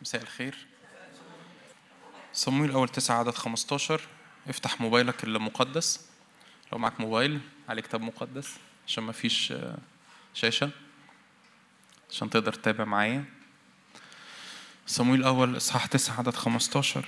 مساء الخير. صمويل أول 9 عدد 15. افتح موبايلك المقدس لو معك موبايل عليه كتاب مقدس عشان ما فيش شاشة عشان تقدر تتابع معايا. صمويل أول إصحاح 9 عدد 15.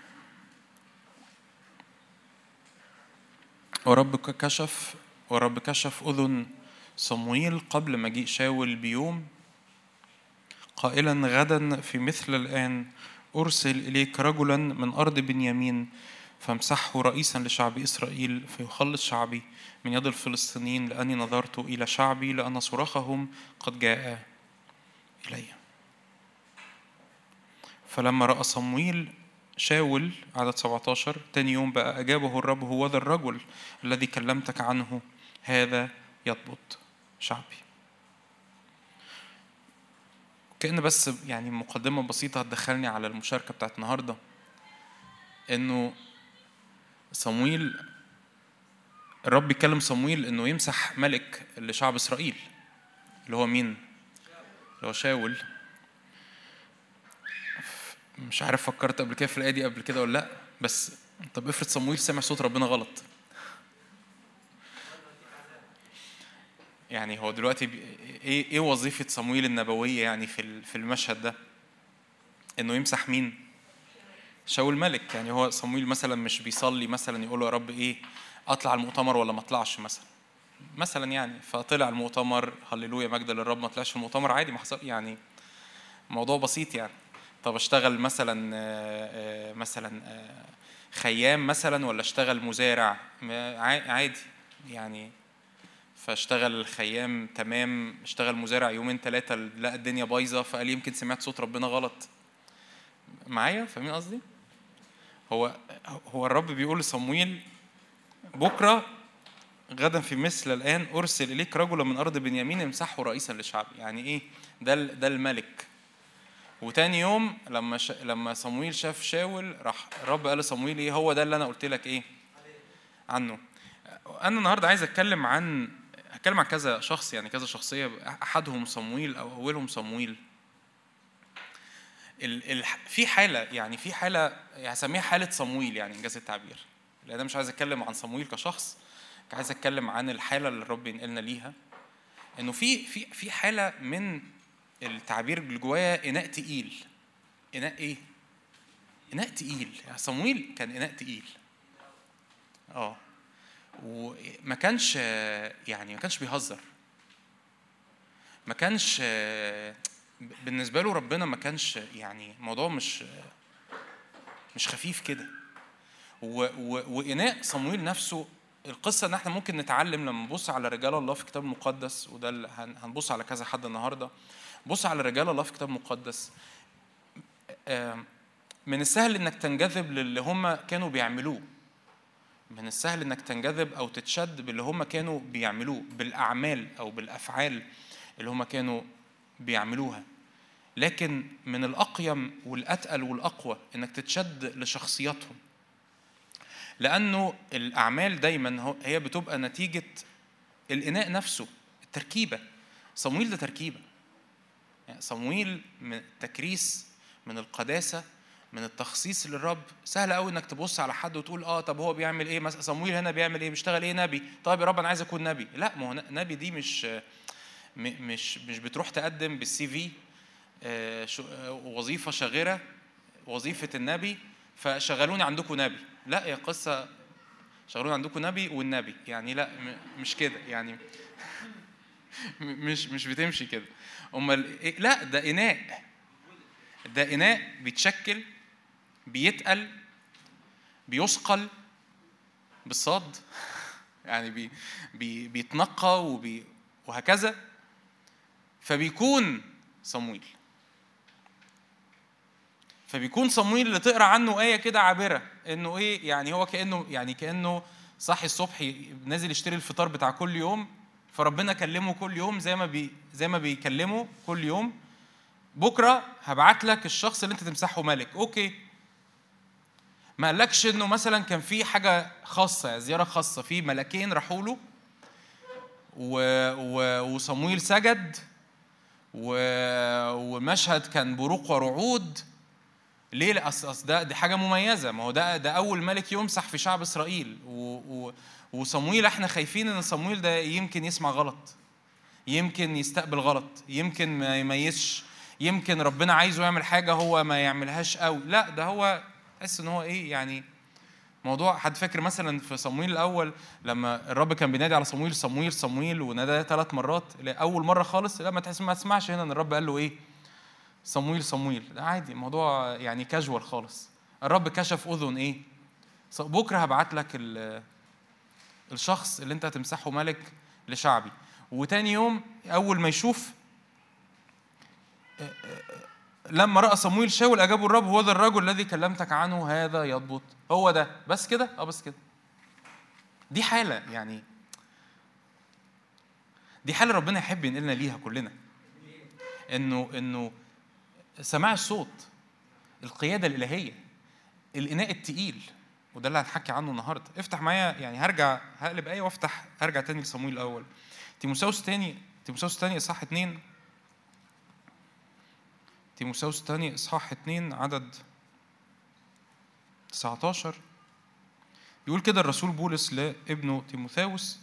ورب كشف أذن صمويل قبل مجيء شاول بيوم قائلا غدا في مثل الآن أرسل إليك رجلا من أرض بنيامين فامسحه رئيسا لشعب إسرائيل فيخلص شعبي من يد الفلسطينيين لأني نظرت إلى شعبي لأن صراخهم قد جاء إلي. فلما رأى صمويل شاول عدد 17 تاني يوم بقى أجابه الرب هو ذا الرجل الذي كلمتك عنه هذا يضبط شعبي. كأن بس يعني مقدمة بسيطة هتدخلني على المشاركة بتاعت النهاردة. إنه صمويل الرب بيكلم صمويل إنه يمسح ملك لشعب إسرائيل اللي هو مين؟ اللي هو شاول. مش عارف فكرت قبل كده في الآية دي قبل كده ولا لأ، بس طب افرض صمويل سمع صوت ربنا غلط. يعني هو دلوقتي إيه وظيفة صمويل النبوية يعني في المشهد ده؟ إنه يمسح مين؟ شاول ملك. يعني هو صمويل مثلا مش بيصلي مثلا يقول له يا رب إيه أطلع المؤتمر ولا ما أطلعش مثلا يعني فطلع المؤتمر هللويا مجد للرب، ما طلعش المؤتمر عادي ما حصل يعني موضوع بسيط يعني. طب اشتغل مثلا خيام مثلا ولا اشتغل مزارع عادي يعني. فاشتغل الخيام تمام، اشتغل مزارع يومين 3 لقى الدنيا بايظه فقال يمكن سمعت صوت ربنا غلط. معايا فاهمين قصدي؟ هو الرب بيقول لصمويل بكره غدا في مثل الآن أرسل إليك رجلا من أرض بنيامين امسحه رئيسا للشعب. يعني إيه؟ ده الملك. وتاني يوم لما صمويل شاف شاول راح الرب قال لصمويل إيه هو ده اللي أنا قلت لك إيه عنه. أنا النهاردة عايز أتكلم عن كذا شخص، يعني كذا شخصية، أحدهم صمويل أو أولهم صمويل. في حالة يعني هسميها حالة صمويل يعني إنجاز التعبير، لأن أنا مش عايز أتكلم عن صمويل كشخص، عايز أتكلم عن الحالة اللي الرب ينقلنا ليها. إنه في حالة من التعبير اللي جوايا إناء تقيل. إناء إيه؟ إناء تقيل. يعني صمويل كان إناء تقيل. وما كانش يعني ما كانش بيهزر، ما كانش بالنسبة له ربنا ما كانش يعني الموضوع مش خفيف كده. وإناء صمويل نفسه القصة ان احنا ممكن نتعلم لما نبص على رجال الله في كتاب مقدس، وده اللي هنبص على كذا حد النهارده. بص على رجال الله في كتاب مقدس. من السهل انك تنجذب للي هم كانوا بيعملوه، من السهل انك تنجذب او تتشد باللي هم كانوا بيعملوه، بالاعمال او بالافعال اللي هم كانوا بيعملوها. لكن من الاقيم والاتقل والاقوى انك تتشد لشخصياتهم، لأنه الأعمال دايما هي بتبقى نتيجة الإناء نفسه، التركيبة. صمويل ده تركيبة. يعني صمويل من التكريس، من القداسة، من التخصيص للرب. سهل قوي انك تبص على حد وتقول طب هو بيعمل ايه مثلا؟ صمويل هنا بيعمل ايه؟ بيشتغل ايه؟ نبي. طيب يا رب انا عايز اكون نبي. لا، ما هو نبي دي مش بتروح تقدم بالسي في وظيفة شاغرة، وظيفة النبي فشغلوني عندكم نبي. لا، يا قصة شغلوني عندكم نبي والنبي يعني لا مش كده يعني. مش بتمشي كده. لا، ده إناء بيتشكل، بيتقل، بيثقل بالصاد يعني بيتنقى وهكذا. فبيكون صمويل اللي تقرأ عنه آية كده عابرة إنه إيه يعني، هو كأنه صاحي الصبح نازل يشتري الفطار بتاع كل يوم، فربنا كلمه كل يوم زي ما بيكلمه كل يوم. بكرة هبعت لك الشخص اللي انت تمسحه ملك. اوكي، ما قالكش انه مثلا كان في حاجة خاصة، زيارة خاصة، في ملكين راحوا له وصمويل سجد ومشهد كان بروق ورعود ليه؟ لا، أصل دي حاجة مميزة. ما هو ده أول ملك يمسح في شعب إسرائيل. وصمويل احنا خايفين إن صمويل ده يمكن يسمع غلط، يمكن يستقبل غلط، يمكن ما يميزش، يمكن ربنا عايزه يعمل حاجة هو ما يعملهاش قوي. لا، ده هو تحس إن هو إيه يعني موضوع. حد فاكر مثلا في صمويل الأول لما الرب كان بينادي على صمويل صمويل صمويل ونادى 3 مرات؟ أول مرة خالص لما تحس ما تسمعش هنا إن الرب قال له إيه؟ صمويل صمويل. ده عادي، موضوع يعني كاجوال خالص. الرب كشف أذن إيه؟ بكرة هبعت لك الشخص اللي أنت هتمسحه ملك لشعبي. وتاني يوم أول ما يشوف، لما رأى صمويل شاول أجابه الرب هو ذا الرجل الذي كلمتك عنه، هذا يضبط. هو ده بس كده. بس كده. دي حالة يعني، دي حالة ربنا يحب ينقلنا ليها كلنا، إنه سماع الصوت، القيادة الإلهية، الإناء التقيل. وده اللي هنحكي عنه النهارده. افتح معايا، يعني هقلب آية وافتح، هرجع تاني لصمويل الأول. تيموثاوس الثاني إصحاح 2. تيموثاوس الثاني إصحاح 2 عدد 19. يقول كده الرسول بولس لابنه تيموثاوس: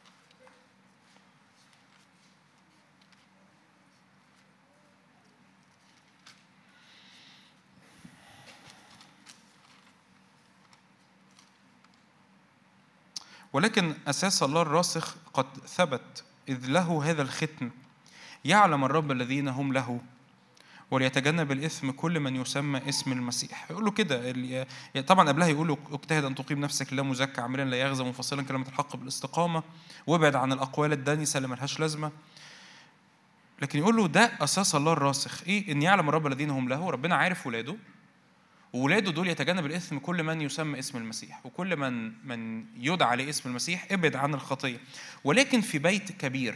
ولكن أساس الله الراسخ قد ثبت، إذ له هذا الختم: يعلم الرب الذين هم له، وليتجنب الإثم كل من يسمى اسم المسيح. يقول له كده. طبعا قبلها يقول له: اجتهد أن تقيم نفسك لا مزكى عاملا لا يغزى مفصلا كلمة الحق بالاستقامة، وابعد عن الأقوال الدانسة اللي ملهاش لازمة. لكن يقول له ده أساس الله الراسخ. إيه؟ إن يعلم الرب الذين هم له. ربنا عارف ولاده، وولاده دول يتجنب الإثم كل من يسمى اسم المسيح، وكل من يدعى لاسم المسيح ابعد عن الخطية. ولكن في بيت كبير،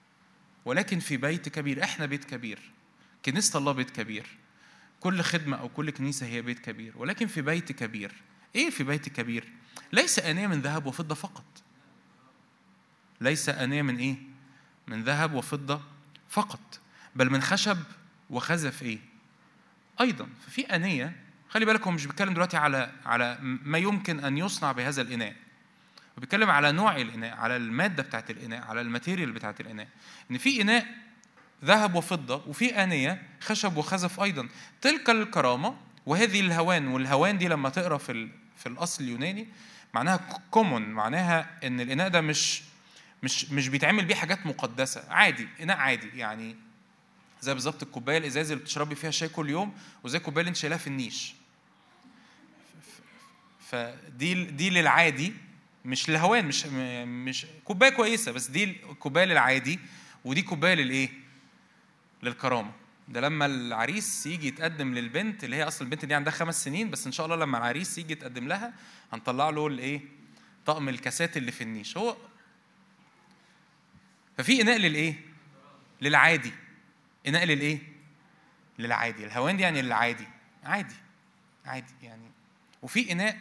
احنا بيت كبير، كنيسة الله بيت كبير، كل خدمة أو كل كنيسة هي بيت كبير، ولكن في بيت كبير. إيه في بيت كبير؟ ليس آنية من ذهب وفضة فقط. ليس آنية من إيه؟ من ذهب وفضة فقط، بل من خشب وخزف إيه؟ أيضا. ففي آنية، خلي بالك هو مش بيتكلم دلوقتي على ما يمكن أن يصنع بهذا الإناء، وبيتكلم على نوع الإناء، على المادة بتاعت الإناء، على الماتيريال بتاعت الإناء. إن في إناء ذهب وفضة، وفي آنية خشب وخزف أيضا. تلك الكرامة وهذه الهوان. والهوان دي لما تقرأ في الأصل اليوناني معناها كومون، معناها إن الإناء ده مش بيتعمل بيه حاجات مقدسة، عادي، إناء عادي. يعني زي بالظبط الكوباية الإزاز اللي بتشربي فيها شاي كل يوم، وزي الكوباية اللي انت شايلها في النيش. فدي للعادي، مش للهوان. مش كوباية كويسة، بس دي الكوباية للعادي، ودي كوباية للإيه؟ للكرامة. ده لما العريس يجي يتقدم للبنت، اللي هي أصل البنت دي عندها 5 سنين، بس إن شاء الله لما العريس يجي يتقدم لها هنطلع له الإيه؟ طقم الكاسات اللي في النيش. هو ففي إناء للإيه؟ للعادي. إناء للإيه؟ للعادي. الهوان دي يعني للعادي، عادي يعني. وفي إناء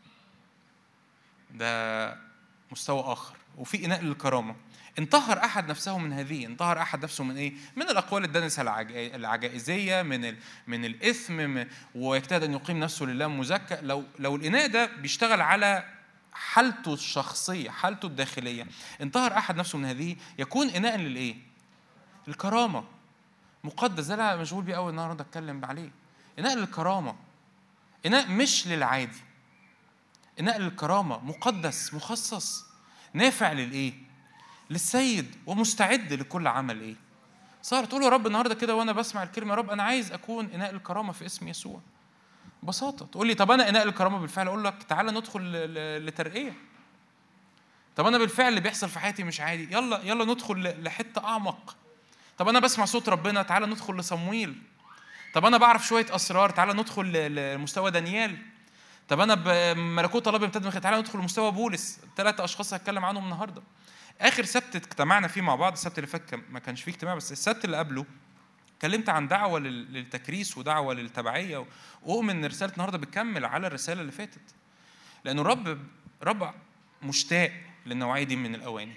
ده مستوى آخر، وفي إناء للكرامة. انطهر أحد نفسه من هذه. انطهر أحد نفسه من إيه؟ من الأقوال الدنسة العجائزية، من الإثم، ويجتهد أن يقيم نفسه لله مزكى. لو الإناء ده بيشتغل على حالته الشخصية، حالته الداخلية، انطهر أحد نفسه من هذه، يكون إناء للإيه؟ الكرامة، مقدس. ده أنا مشغول بيه أول النهارده أتكلم عليه. إناء للكرامة، إناء مش للعادي، إناء للكرامة، مقدس، مخصص، نافع للإيه؟ للسيد، ومستعد لكل عمل إيه؟ صار تقول يا رب النهارده كده وأنا بسمع الكلمة: يا رب أنا عايز أكون إناء الكرامة في اسم يسوع. ببساطة تقول لي: طب أنا إناء الكرامة بالفعل. أقول لك: تعالى ندخل لترقية. طب أنا بالفعل اللي بيحصل في حياتي مش عادي، يلا ندخل لحتة أعمق. طب أنا بسمع صوت ربنا، تعالى ندخل لصمويل. طب أنا بعرف شوية أسرار، تعالى ندخل لمستوى دانيال. طب أنا بملكوت الله بيمتد من خلال، تعالى ندخل لمستوى بولس. 3 أشخاص هتكلم عنهم النهاردة. آخر سبت اجتمعنا فيه مع بعض، السبت اللي فات ما كانش فيه اجتماع، بس السبت اللي قبله اتكلمت عن دعوة للتكريس ودعوة للتبعية، وأؤمن إن رسالة النهاردة بتكمل على الرسالة اللي فاتت، لأنه الرب مشتاق للنوعية دي من الأواني.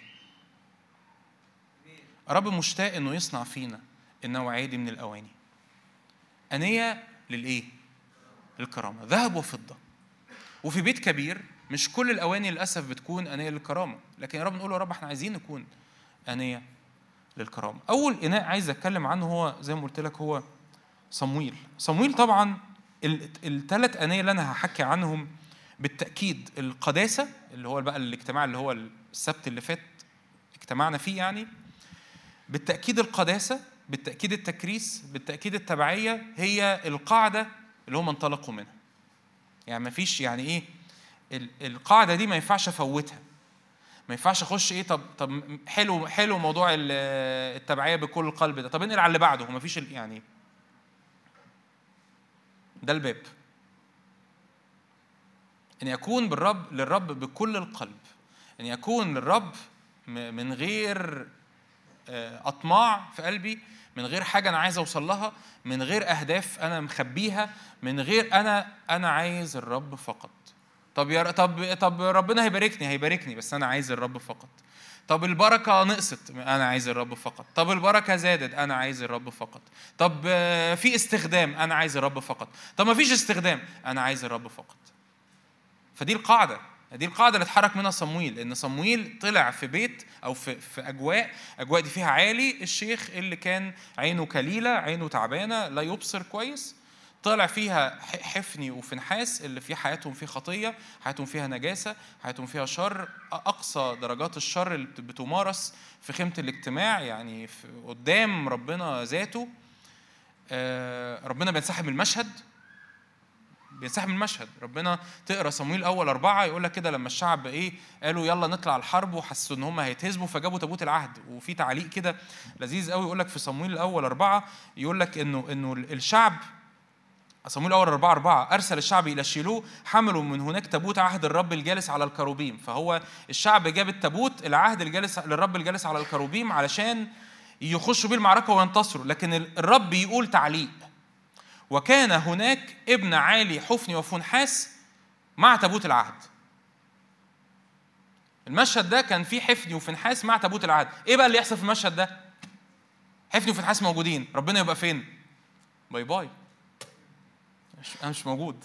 الرب مشتاق إنه يصنع فينا النوعية دي من الأواني. أنية للإيه؟ للكرامة، ذهب وفضة. وفي بيت كبير مش كل الأواني للأسف بتكون آنية للكرامة، لكن يا رب نقول يا رب احنا عايزين نكون آنية للكرامة. أول إناء عايز أتكلم عنه هو زي ما قلت لك هو صمويل. صمويل طبعا الثلاث آنية اللي أنا هحكي عنهم بالتأكيد القداسة اللي هو بقى الاجتماع اللي هو السبت اللي فات اجتمعنا فيه، يعني بالتأكيد القداسة، بالتأكيد التكريس، بالتأكيد التبعية هي القاعدة اللي هم انطلقوا منها. يعني ما فيش يعني إيه القاعدة دي ما ينفعش أفوتها، ما ينفعش أخش إيه طب حلو موضوع التبعية بكل القلب ده، طب انقل على اللي بعده. ما فيش يعني ده الباب، أن يكون للرب بكل القلب، أن يكون للرب من غير أطماع في قلبي، من غير حاجة أنا عايز أوصل لها، من غير أهداف أنا مخبيها، من غير أنا عايز الرب فقط. طب ربنا هيباركني بس أنا عايز الرب فقط. طب البركة نقصت، أنا عايز الرب فقط. طب البركة زادت، أنا عايز الرب فقط. طب في استخدام، أنا عايز الرب فقط. طب ما فيش استخدام، أنا عايز الرب فقط. فدي القاعدة اللي اتحرك منها صمويل. ان صمويل طلع في بيت او في اجواء دي فيها عالي الشيخ اللي كان عينه كليلة، عينه تعبانة، لا يبصر كويس. طلع فيها حفني وفنحاس اللي في حياتهم فيه خطية، حياتهم فيها نجاسة، حياتهم فيها شر، أقصى درجات الشر اللي بتمارس في خيمة الاجتماع، يعني قدام ربنا ذاته. ربنا بينسحب من المشهد، ربنا تقرا صمويل اول 4 يقول لك كده لما الشعب قالوا يلا نطلع الحرب وحسوا ان هم هيتهزموا فجابوا تابوت العهد. وفي تعليق كده لذيذ قوي يقول لك في صمويل الاول 4 يقول لك انه الشعب، صمويل الاول 4 ارسل الشعب الى شيلو، حملوا من هناك تابوت عهد الرب الجالس على الكروبيم. فهو الشعب جاب التابوت العهد الجالس للرب الجالس على الكروبيم علشان يخشوا بيه المعركه وينتصروا. لكن الرب يقول تعليق: وكان هناك ابن عالي حفني وفنحاس مع تابوت العهد. المشهد ده كان فيه حفني وفنحاس مع تابوت العهد. ايه بقى اللي يحصل في المشهد ده؟ حفني وفنحاس موجودين، ربنا يبقى فين؟ باي باي، انا مش موجود.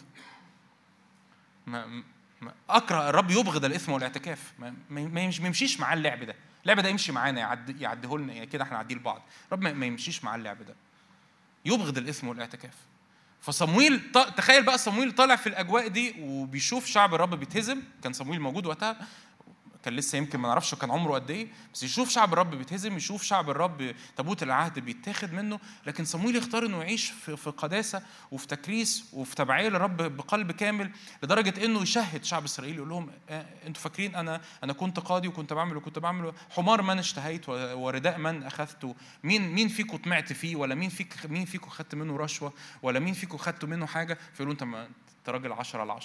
ما اكره الرب يبغض الاثم والاعتكاف. ما يمشيش معاه اللعب ده يمشي معانا يعديه لنا كده احنا نعديه لبعض. رب ما يمشيش معاه اللعب ده، يبغض الاثم والاعتكاف. فصمويل تخيل بقى صمويل طالع في الأجواء دي وبيشوف شعب الرب بيتهزم. كان صمويل موجود وقتها، كان لسه يمكن ما نعرفش كان عمره قد ايه، بس يشوف شعب الرب بيتهزم، يشوف شعب الرب تابوت العهد بيتاخد منه. لكن صمويل يختار انه يعيش في قداسه وفي تكريس وفي تبعيه للرب بقلب كامل، لدرجه انه يشهد شعب اسرائيل يقول لهم انتوا فاكرين انا كنت قاضي وكنت بعمل حمار من اشتهيت ورداء من اخذته. مين فيكم طمعت فيه؟ ولا مين فيكم خدت منه رشوه؟ ولا مين فيكم خدتوا منه حاجه؟ فيقولوا انت راجل 10/10.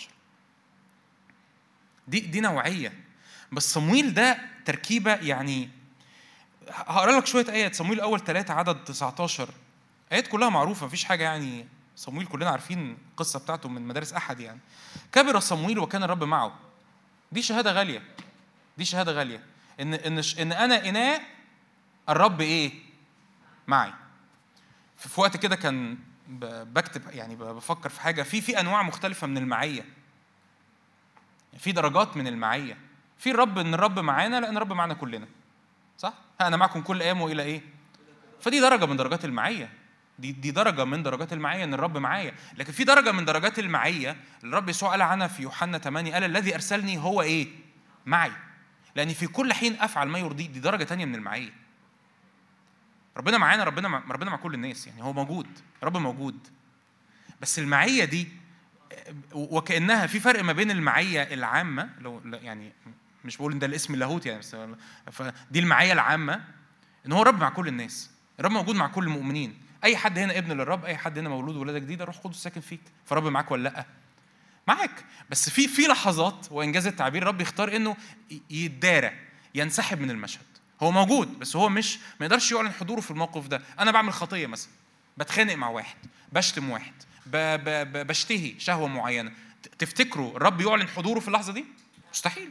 دي نوعيه. بس صمويل ده تركيبة. يعني هقرأ لك شوية آيات. صمويل أول 3 عدد 19، آيات كلها معروفة، مفيش حاجة يعني. صمويل كلنا عارفين القصة بتاعته من مدارس أحد. يعني كبر صمويل وكان الرب معه. دي شهادة غالية إن أنا إناء الرب معي. في وقت كده كان بكتب، يعني بفكر في حاجة في أنواع مختلفة من المعية، في درجات من المعية. في إن الرب معانا، لأن الرب معانا كلنا، صح؟ أنا معكم كل أيام وإلى فدي درجة من درجات المعية. دي درجة من درجات المعية إن الرب معايا. لكن في درجة من درجات المعية الرب يسوع قال عنها في يوحنا 8، قال الذي أرسلني هو معي، لأني في كل حين أفعل ما يرضيه. دي درجة تانية من المعية. ربنا معانا، ربنا مع كل الناس، يعني هو موجود، الرب موجود. بس المعية دي وكأنها في فرق ما بين المعية العامة، يعني مش بقول ان ده الاسم اللاهوت يعني، بس فدي المعية العامة ان هو رب مع كل الناس. الرب موجود مع كل المؤمنين. اي حد هنا ابن للرب، اي حد هنا مولود ولادة جديدة، الروح القدس ساكن فيك. فرب معاك ولا لا؟ معاك. بس في لحظات وانجاز التعبير الرب يختار انه يتدارى، ينسحب من المشهد. هو موجود بس هو ما يقدرش يعلن حضوره في الموقف ده. انا بعمل خطية مثلا، بتخانق مع واحد، بشتم واحد، بشتهي شهوة معينة، تفتكروا الرب يعلن حضوره في اللحظة دي؟ مستحيل.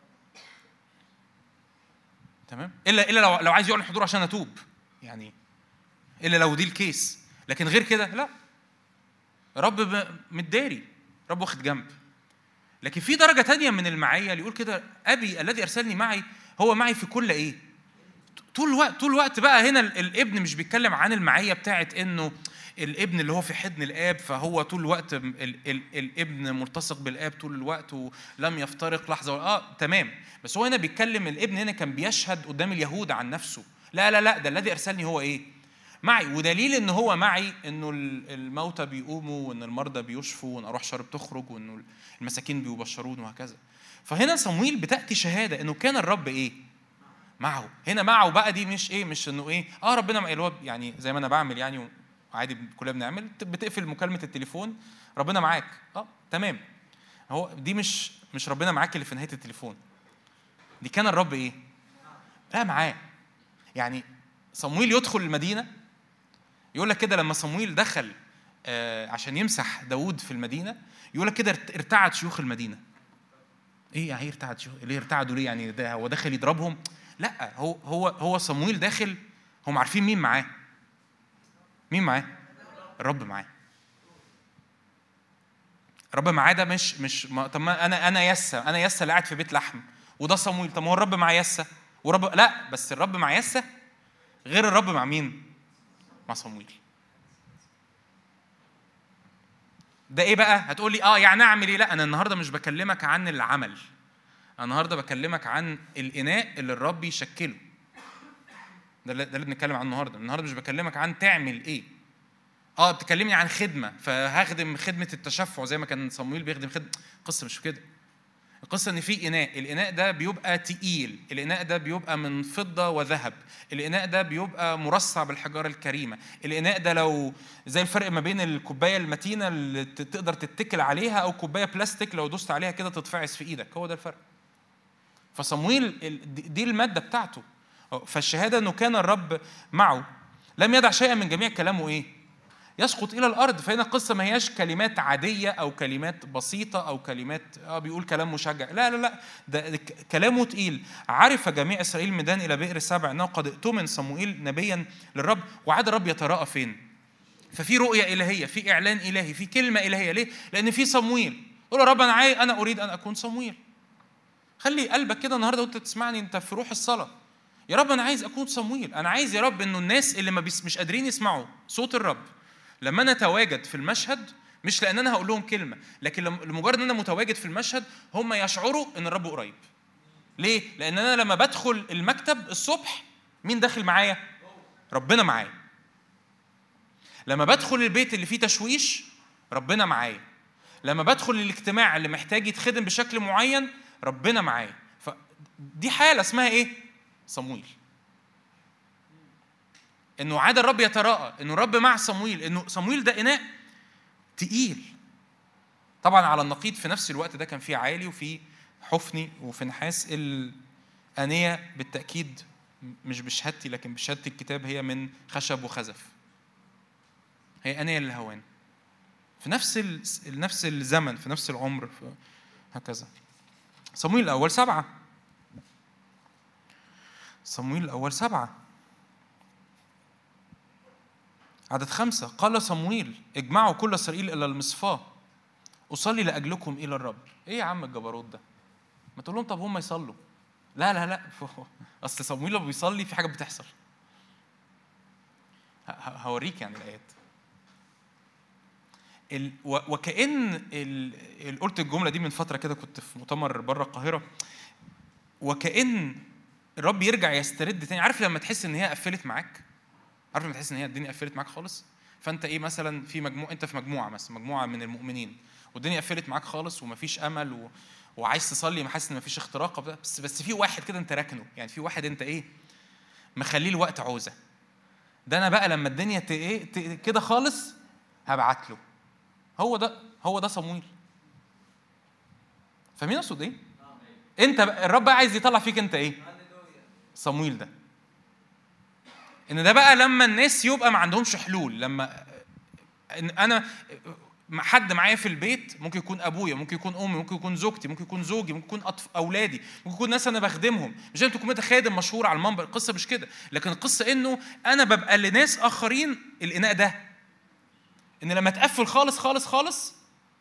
تمام؟ إلا لو عايز يعلن حضوره عشان أتوب، يعني إلا لو دي الكيس. لكن غير كده لا، الرب متداري. رب واخد جنب. لكن في درجة تانية من المعية اللي يقول كده أبي الذي أرسلني معي هو معي في كل إيه؟ طول الوقت بقى. هنا الابن مش بيتكلم عن المعية بتاعت إنه الابن اللي هو في حضن الآب فهو طول الوقت الابن ملتصق بالآب طول الوقت ولم يفترق لحظة. تمام. بس هو هنا بيتكلم الابن هنا كان بيشهد قدام اليهود عن نفسه. لا ده الذي أرسلني هو إيه؟ معي. ودليل إنه هو معي إنه الموتى بيقوموا وإن المرضى بيشفوا وإن أرواح شر بتخرج وإنه المساكين بيبشرون وهكذا. فهنا صمويل بتأتي شهادة إنه كان الرب إيه؟ معه. هنا معه بقى دي مش إيه، مش إنه إيه ربنا اللي هو يعني زي ما أنا بعمل يعني عادي كلنا بنعمل، بتقفل مكالمة التليفون ربنا معاك. تمام. هو دي مش ربنا معاك اللي في نهاية التليفون. دي كان الرب إيه؟ لا معاه. يعني صمويل يدخل المدينة، يقول لك كده لما صمويل دخل عشان يمسح داود في المدينة، يقول لك كده ارتعد شيوخ المدينة. ايه يعني ارتعد شيوخ؟ ليه ارتعدوا؟ ليه يعني ده هو داخل يضربهم؟ لا، هو صمويل داخل، هم عارفين مين معاه. مين معاه؟ الرب معاه. الرب معاه. ده مش طب ما انا يسا اللي قاعد في بيت لحم وده صمويل. طب ما هو الرب مع يسا ورب. لا، بس الرب مع يسا غير الرب مع مين؟ مع صمويل. ده ايه بقى؟ هتقول لي يعني اعمل ايه؟ لا، انا النهارده مش بكلمك عن العمل، انا النهارده بكلمك عن الاناء اللي الرب يشكله. ده اللي بنتكلم عنه النهارده مش بكلمك عن تعمل ايه. بتكلمني عن خدمه، فهخدم خدمه التشفع زي ما كان صمويل بيخدم خدمه. القصه مش كده. القصه ان في الاناء ده بيبقى تقيل، الاناء ده بيبقى من فضه وذهب، الاناء ده بيبقى مرصع بالحجاره الكريمه، الاناء ده لو زي الفرق ما بين الكوبايه المتينه اللي تقدر تتكل عليها او كوبايه بلاستيك لو دوست عليها كده تتفعس في ايدك. هو ده الفرق. فصمويل دي الماده بتاعته. فالشهاده انه كان الرب معه، لم يدع شيئا من جميع كلامه ايه؟ يسقط إلى الأرض. فهنا القصة ما هياش كلمات عادية أو كلمات بسيطة أو كلمات بيقول كلام مشجع. لا، ده كلامه تقيل. عرف جميع إسرائيل ميدان إلى بئر سبع أنه قد اؤتمن صموئيل نبيا للرب، وعاد الرب يتراءى فين؟ ففي رؤية إلهية، في إعلان إلهي، في كلمة إلهية. ليه؟ لأن في صموئيل. قول يا رب أنا أريد أن أكون صموئيل. خلي قلبك كده النهاردة وأنت تسمعني، أنت في روح الصلاة. يا رب أنا عايز أكون صموئيل. أنا عايز يا رب إنه الناس اللي مش قادرين يسمعوا صوت الرب لما أنا أتواجد في المشهد، مش لأن أنا هقول لهم كلمة، لكن لمجرد أن أنا متواجد في المشهد هم يشعروا أن الرب قريب. ليه؟ لأن أنا لما بدخل المكتب الصبح مين داخل معايا؟ ربنا معايا. لما بدخل البيت اللي فيه تشويش ربنا معايا. لما بدخل الاجتماع اللي محتاج يتخدم بشكل معين ربنا معايا. فدي حالة اسمها إيه؟ صمويل. إنه عاد الرب يتراءى، إنه الرب مع صمويل، إنه صمويل ده إناء تقيل. طبعا على النقيض في نفس الوقت ده كان فيه عالي وفيه حفني وفي نحاس. الآنية بالتأكيد مش بشهادتي لكن بشهادة الكتاب هي من خشب وخزف. هي آنية للهوان في نفس الزمن، في نفس العمر، هكذا. صمويل الأول 7. صمويل الأول 7 عدد 5. قال صمويل اجمعوا كل إسرائيل إلى المصفاة أصلي لأجلكم إلى الرب. إيه يا عم الجبروت ده؟ ما تقول لهم طب هم يصلوا. لا أصل صمويل لما بيصلي في حاجة بتحصل. هوريك يعني الآيات. وكأن قلت الجملة دي من فترة كده، كنت في مؤتمر بره القاهرة، وكأن الرب يرجع يسترد تاني. عارف لما تحس إن هي قفلت معاك؟ عارف لما تحس إن هي الدنيا قفلت معاك خالص؟ فأنت إيه مثلا في أنت في مجموعة مثلا، مجموعة من المؤمنين، والدنيا قفلت معاك خالص ومفيش أمل وعايز تصلي، ما حاسس إن مفيش اختراق، بس في واحد كده أنت راكنه، يعني في واحد أنت إيه مخليه الوقت عوزة. ده أنا بقى لما الدنيا كده خالص هبعت له. هو ده صمويل. فاهمين اقصد ايه؟ انت الرب عايز يطلع فيك انت ايه؟ صمويل ده. ان ده بقى لما الناس يبقى ما عندهمش حلول. لما انا حد معايا في البيت، ممكن يكون ابويا، ممكن يكون امي، ممكن يكون زوجتي، ممكن يكون زوجي، ممكن يكون اولادي، ممكن يكون ناس انا بخدمهم. مش انت تكون خادم مشهور على المنبر، القصه مش كده. لكن القصه انه انا ببقى لناس اخرين الاناء ده، ان لما تقفل خالص خالص خالص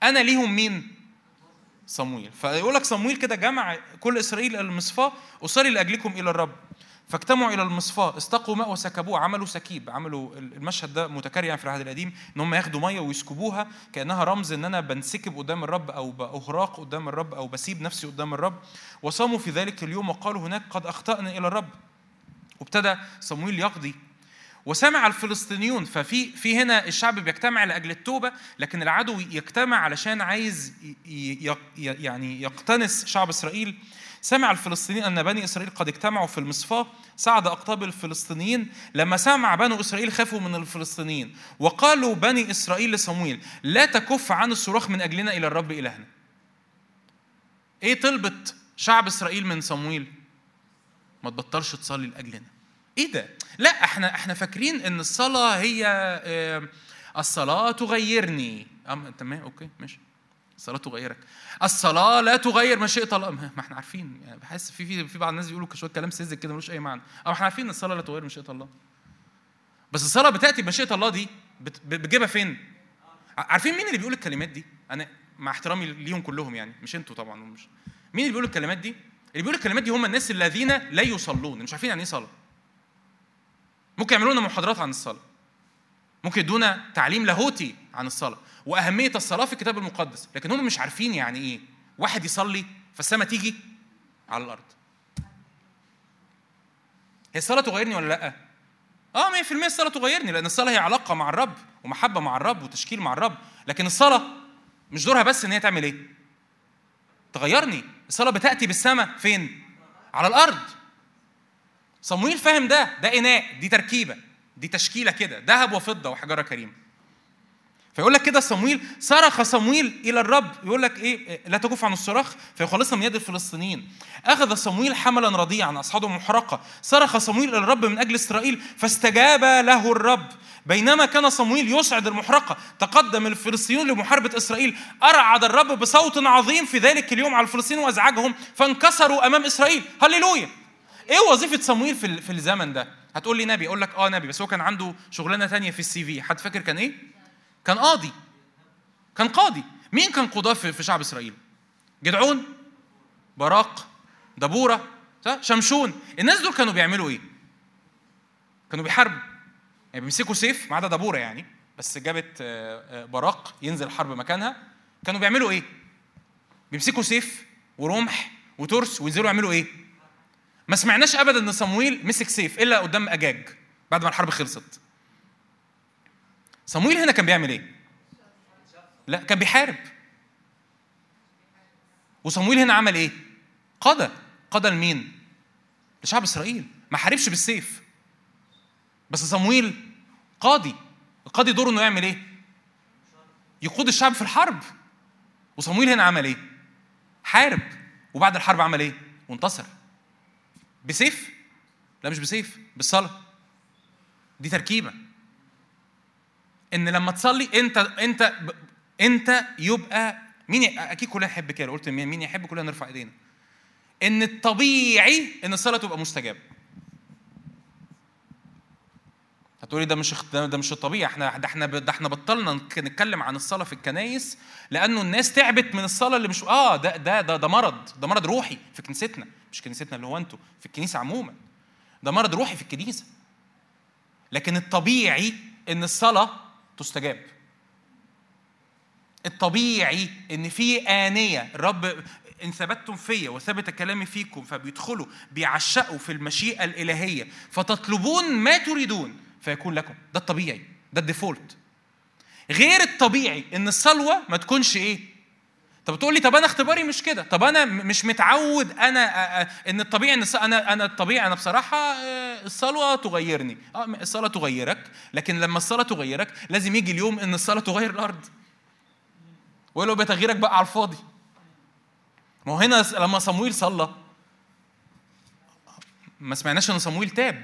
أنا ليهم مين؟ صمويل. فيقول لك صمويل كده جمع كل إسرائيل إلى المصفاة، أصلي لأجلكم إلى الرب. فاجتمعوا إلى المصفاة، استقوا ماء وسكبوه، عملوا سكيب. عملوا المشهد ده متكرر يعني في العهد القديم، إن هم ياخدوا مية ويسكبوها كأنها رمز إن أنا بنسكب قدام الرب أو بأغراق قدام الرب أو بسيب نفسي قدام الرب. وصاموا في ذلك اليوم وقالوا هناك قد أخطأنا إلى الرب. وابتدى صمويل يقضي. وسمع الفلسطينيون. ففي هنا الشعب بيجتمع لأجل التوبة، لكن العدو يجتمع علشان عايز يعني يقتنص شعب إسرائيل. سمع الفلسطينيين أن بني إسرائيل قد اجتمعوا في المصفاة، صعد أقطاب الفلسطينيين. لما سمع بنو إسرائيل خافوا من الفلسطينيين، وقالوا بني إسرائيل لصمويل لا تكف عن الصراخ من أجلنا إلى الرب إلهنا. إيه طلبت شعب إسرائيل من صمويل؟ ما تبطلش تصلي لأجلنا. إيه ده؟ لا، احنا فاكرين إن الصلاة هي الصلاة تغيرني. تمام، أوكي، ماشي. الصلاة تغيرك. الصلاة لا تغير مشيئة الله. ما احنا عارفين، يعني بحس في بعض الناس بيقولوا شوية كلام ساذج كده ملوش أي معنى. احنا عارفين إن الصلاة لا تغير مشيئة الله. بس الصلاة بتأتي بمشيئة الله دي بتجيبها فين؟ عارفين مين اللي بيقول الكلمات دي؟ أنا مع احترامي ليهم كلهم، يعني مش انتوا طبعا، مش مين اللي بيقول الكلمات دي؟ اللي بيقول الكلمات دي هم الناس الذين لا يصلون، مش عارفين يعني ايه صلاة. ممكن يعملوا لنا محاضرات عن الصلاة، ممكن يدونا تعليم لاهوتي عن الصلاة وأهمية الصلاة في الكتاب المقدس، لكن هم مش عارفين يعني إيه واحد يصلي فالسماء تيجي على الأرض. هي الصلاة تغيرني ولا لأ؟ 100% الصلاة تغيرني، لأن الصلاة هي علاقة مع الرب ومحبة مع الرب وتشكيل مع الرب. لكن الصلاة مش دورها بس إن هي تعمل إيه؟ تغيرني. الصلاة بتأتي بالسماء فين؟ على الأرض. صمويل فاهم ده إناء، دي تركيبة، دي تشكيلة كده، ذهب وفضة وحجارة كريمة. فيقول لك كده صمويل صرخ صمويل إلى الرب. يقول لك إيه؟ لا تكف عن الصراخ فيخلصنا من يد الفلسطينيين. أخذ صمويل حملا رضيعا أصحابه محرقة، صرخ صمويل إلى الرب من أجل إسرائيل فاستجاب له الرب. بينما كان صمويل يصعد المحرقة تقدم الفلسطينيون لمحاربة إسرائيل، أرعد الرب بصوت عظيم في ذلك اليوم على الفلسطينيين وأزعجهم فانكسروا أمام إسرائيل. هللويا. إيه وظيفة صمويل في الزمن ده؟ هتقول لي نبي. أقول لك نبي، بس هو كان عنده شغلانة تانية في CV. حد فاكر كان إيه؟ كان قاضي. كان قاضي. مين كان قضاة في شعب إسرائيل؟ جدعون، باراق، دبورة، شمشون. الناس دول كانوا بيعملوا إيه؟ كانوا بيحاربوا، يعني بيمسكوا سيف، ما عدا دبورة يعني، بس جابت باراق ينزل حرب مكانها. كانوا بيعملوا إيه؟ بيمسكوا سيف ورمح وترس وينزلوا يعملوا إيه؟ ما سمعناش أبدا إن صمويل مسك سيف إلا قدام أجاج بعد ما الحرب خلصت. صمويل هنا كان بيعمل إيه؟ لا، كان بيحارب. وصمويل هنا عمل إيه؟ قضى لمين؟ لشعب إسرائيل. ما حاربش بالسيف، بس صمويل قاضي. القاضي دوره إنه يعمل إيه؟ يقود الشعب في الحرب. وصمويل هنا عمل إيه؟ حارب. وبعد الحرب عمل إيه؟ وانتصر. بسيف؟ لا، مش بسيف، بالصلاة. دي تركيبة. إن لما تصلي أنت يبقى مين؟ أكيد كلنا يحب كده. قلت مين يحب؟ كلنا نرفع إيدينا. إن الطبيعي إن الصلاة تبقى مستجابة. هتقولي ده مش الطبيعي. احنا بطلنا نتكلم عن الصلاة في الكنائس لأنه الناس تعبت من الصلاة اللي مش ده مرض روحي في كنيستنا. مش كنيستنا اللي هو أنتوا، في الكنيسة عموما. ده مرض روحي في الكنيسة. لكن الطبيعي إن الصلاة تستجاب. الطبيعي إن في آنية الرب إن ثبتتم فيا وثبت كلامي فيكم فبيدخلوا بيعشقوا في المشيئة الإلهية فتطلبون ما تريدون فيكون لكم. ده الطبيعي، ده الديفولت. غير الطبيعي إن الصلوة ما تكونش إيه؟ طب تقول لي طب أنا اختباري مش كده، طب أنا مش متعود. إن الطبيعي إن أنا الطبيعي أنا بصراحة الصلاة تغيرني. الصلاة تغيرك، لكن لما الصلاة تغيرك لازم يجي اليوم إن الصلاة تغير الأرض. ولو بتغييرك بقى على الفاضي. ما هو هنا لما صمويل صلى ما سمعناش إن صمويل تاب.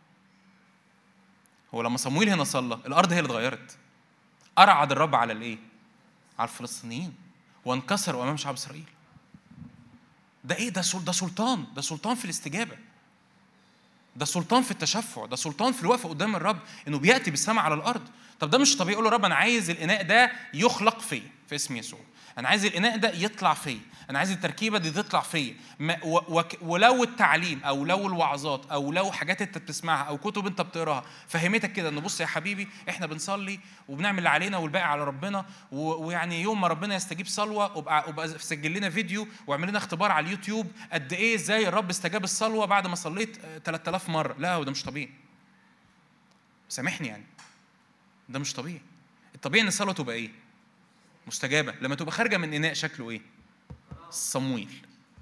هو لما صمويل هنا صلى الأرض هي اللي اتغيرت. أرعد الرب على الإيه؟ على الفلسطينيين وانكسروا أمام شعب إسرائيل. ده إيه؟ ده سلطان في الاستجابة. ده سلطان في التشفع. ده سلطان في الوقفة قدام الرب إنه بيأتي بالسماء على الأرض. طب ده مش طبيعي. يقول له رب أنا عايز الإناء ده يخلق فيه. في اسم يسوع. انا عايز الاناء ده يطلع فيا، انا عايز التركيبه دي تطلع فيا. ولو التعليم او لو الوعظات او لو حاجات انت بتسمعها او كتب انت بتقراها فهمتك كده انه بص يا حبيبي احنا بنصلي وبنعمل اللي علينا والباقي على ربنا، ويعني يوم ما ربنا يستجيب صلوه وابقى سجل لنا فيديو واعمل لنا اختبار على اليوتيوب قد ايه ازاي الرب استجاب الصلوه بعد ما صليت 3000 مره. لا، هو ده مش طبيعي، سامحني يعني، ده مش طبيعي. الطبيعي ان الصلاه تبقى ايه؟ مستجابه. لما تبقى خارجه من اناء شكله ايه؟ صمويل.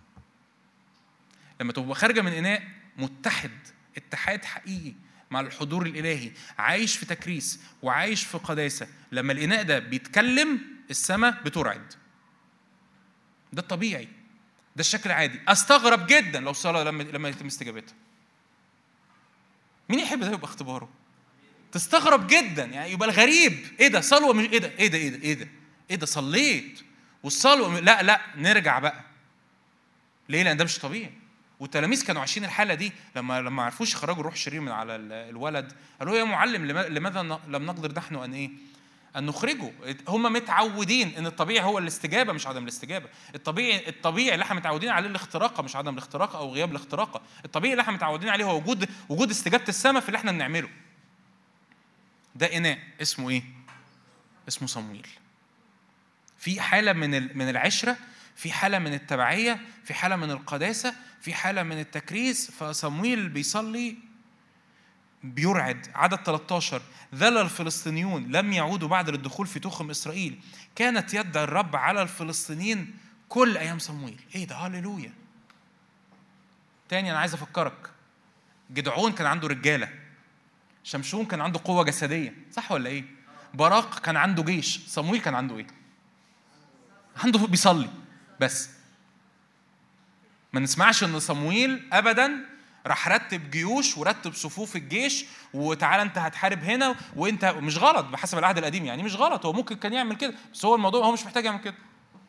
لما تبقى خارجه من اناء متحد، اتحاد حقيقي مع الحضور الالهي، عايش في تكريس وعايش في قداسه، لما الاناء ده بيتكلم السماء بترعد. ده الطبيعي، ده الشكل العادي. استغرب جدا لو الصلاه لما يتم استجابتها. مين يحب ده يبقى اختباره؟ تستغرب جدا يعني، يبقى الغريب ايه ده؟ صلوه مش ايه ده؟ ايه ده؟ ايه ده؟ ايه ده؟ ايه ده؟ صليت والصلوه لا نرجع بقى. ليه؟ لان ده مش طبيعي. والتلاميذ كانوا عايشين الحاله دي لما عرفوش يخرجوا الروح الشرير من على الولد. قالوا يا معلم لماذا لم نقدر نحن ان نخرجه؟ هم متعودين ان الطبيعي هو الاستجابه مش عدم الاستجابه. الطبيعي اللي احنا متعودين عليه الاختراقه مش عدم الاختراقه او غياب الاختراقه. الطبيعي اللي احنا متعودين عليه هو وجود استجابه السماء في اللي احنا بنعمله. ده اناء اسمه ايه؟ اسمه صمويل. في حاله من العشره، في حاله من التبعيه، في حاله من القداسه، في حاله من التكريس. فصمويل بيصلي بيرعد. عدد 13: ذل الفلسطينيون لم يعودوا بعد للدخول في تخم إسرائيل، كانت يد الرب على الفلسطينيين كل أيام صمويل. إيه ده؟ هاليلويا. تاني أنا عايز أفكرك، جدعون كان عنده رجالة، شمشون كان عنده قوة جسدية، صح ولا إيه؟ باراق كان عنده جيش، صمويل كان عنده إيه؟ عنده بيصلي بس. ما نسمعش إن صمويل أبداً راح رتب جيوش ورتب صفوف الجيش وتعالى انت هتحارب هنا وانت مش غلط بحسب العهد القديم يعني، مش غلط، هو ممكن كان يعمل كده، بس هو الموضوع هو مش محتاج يعمل كده.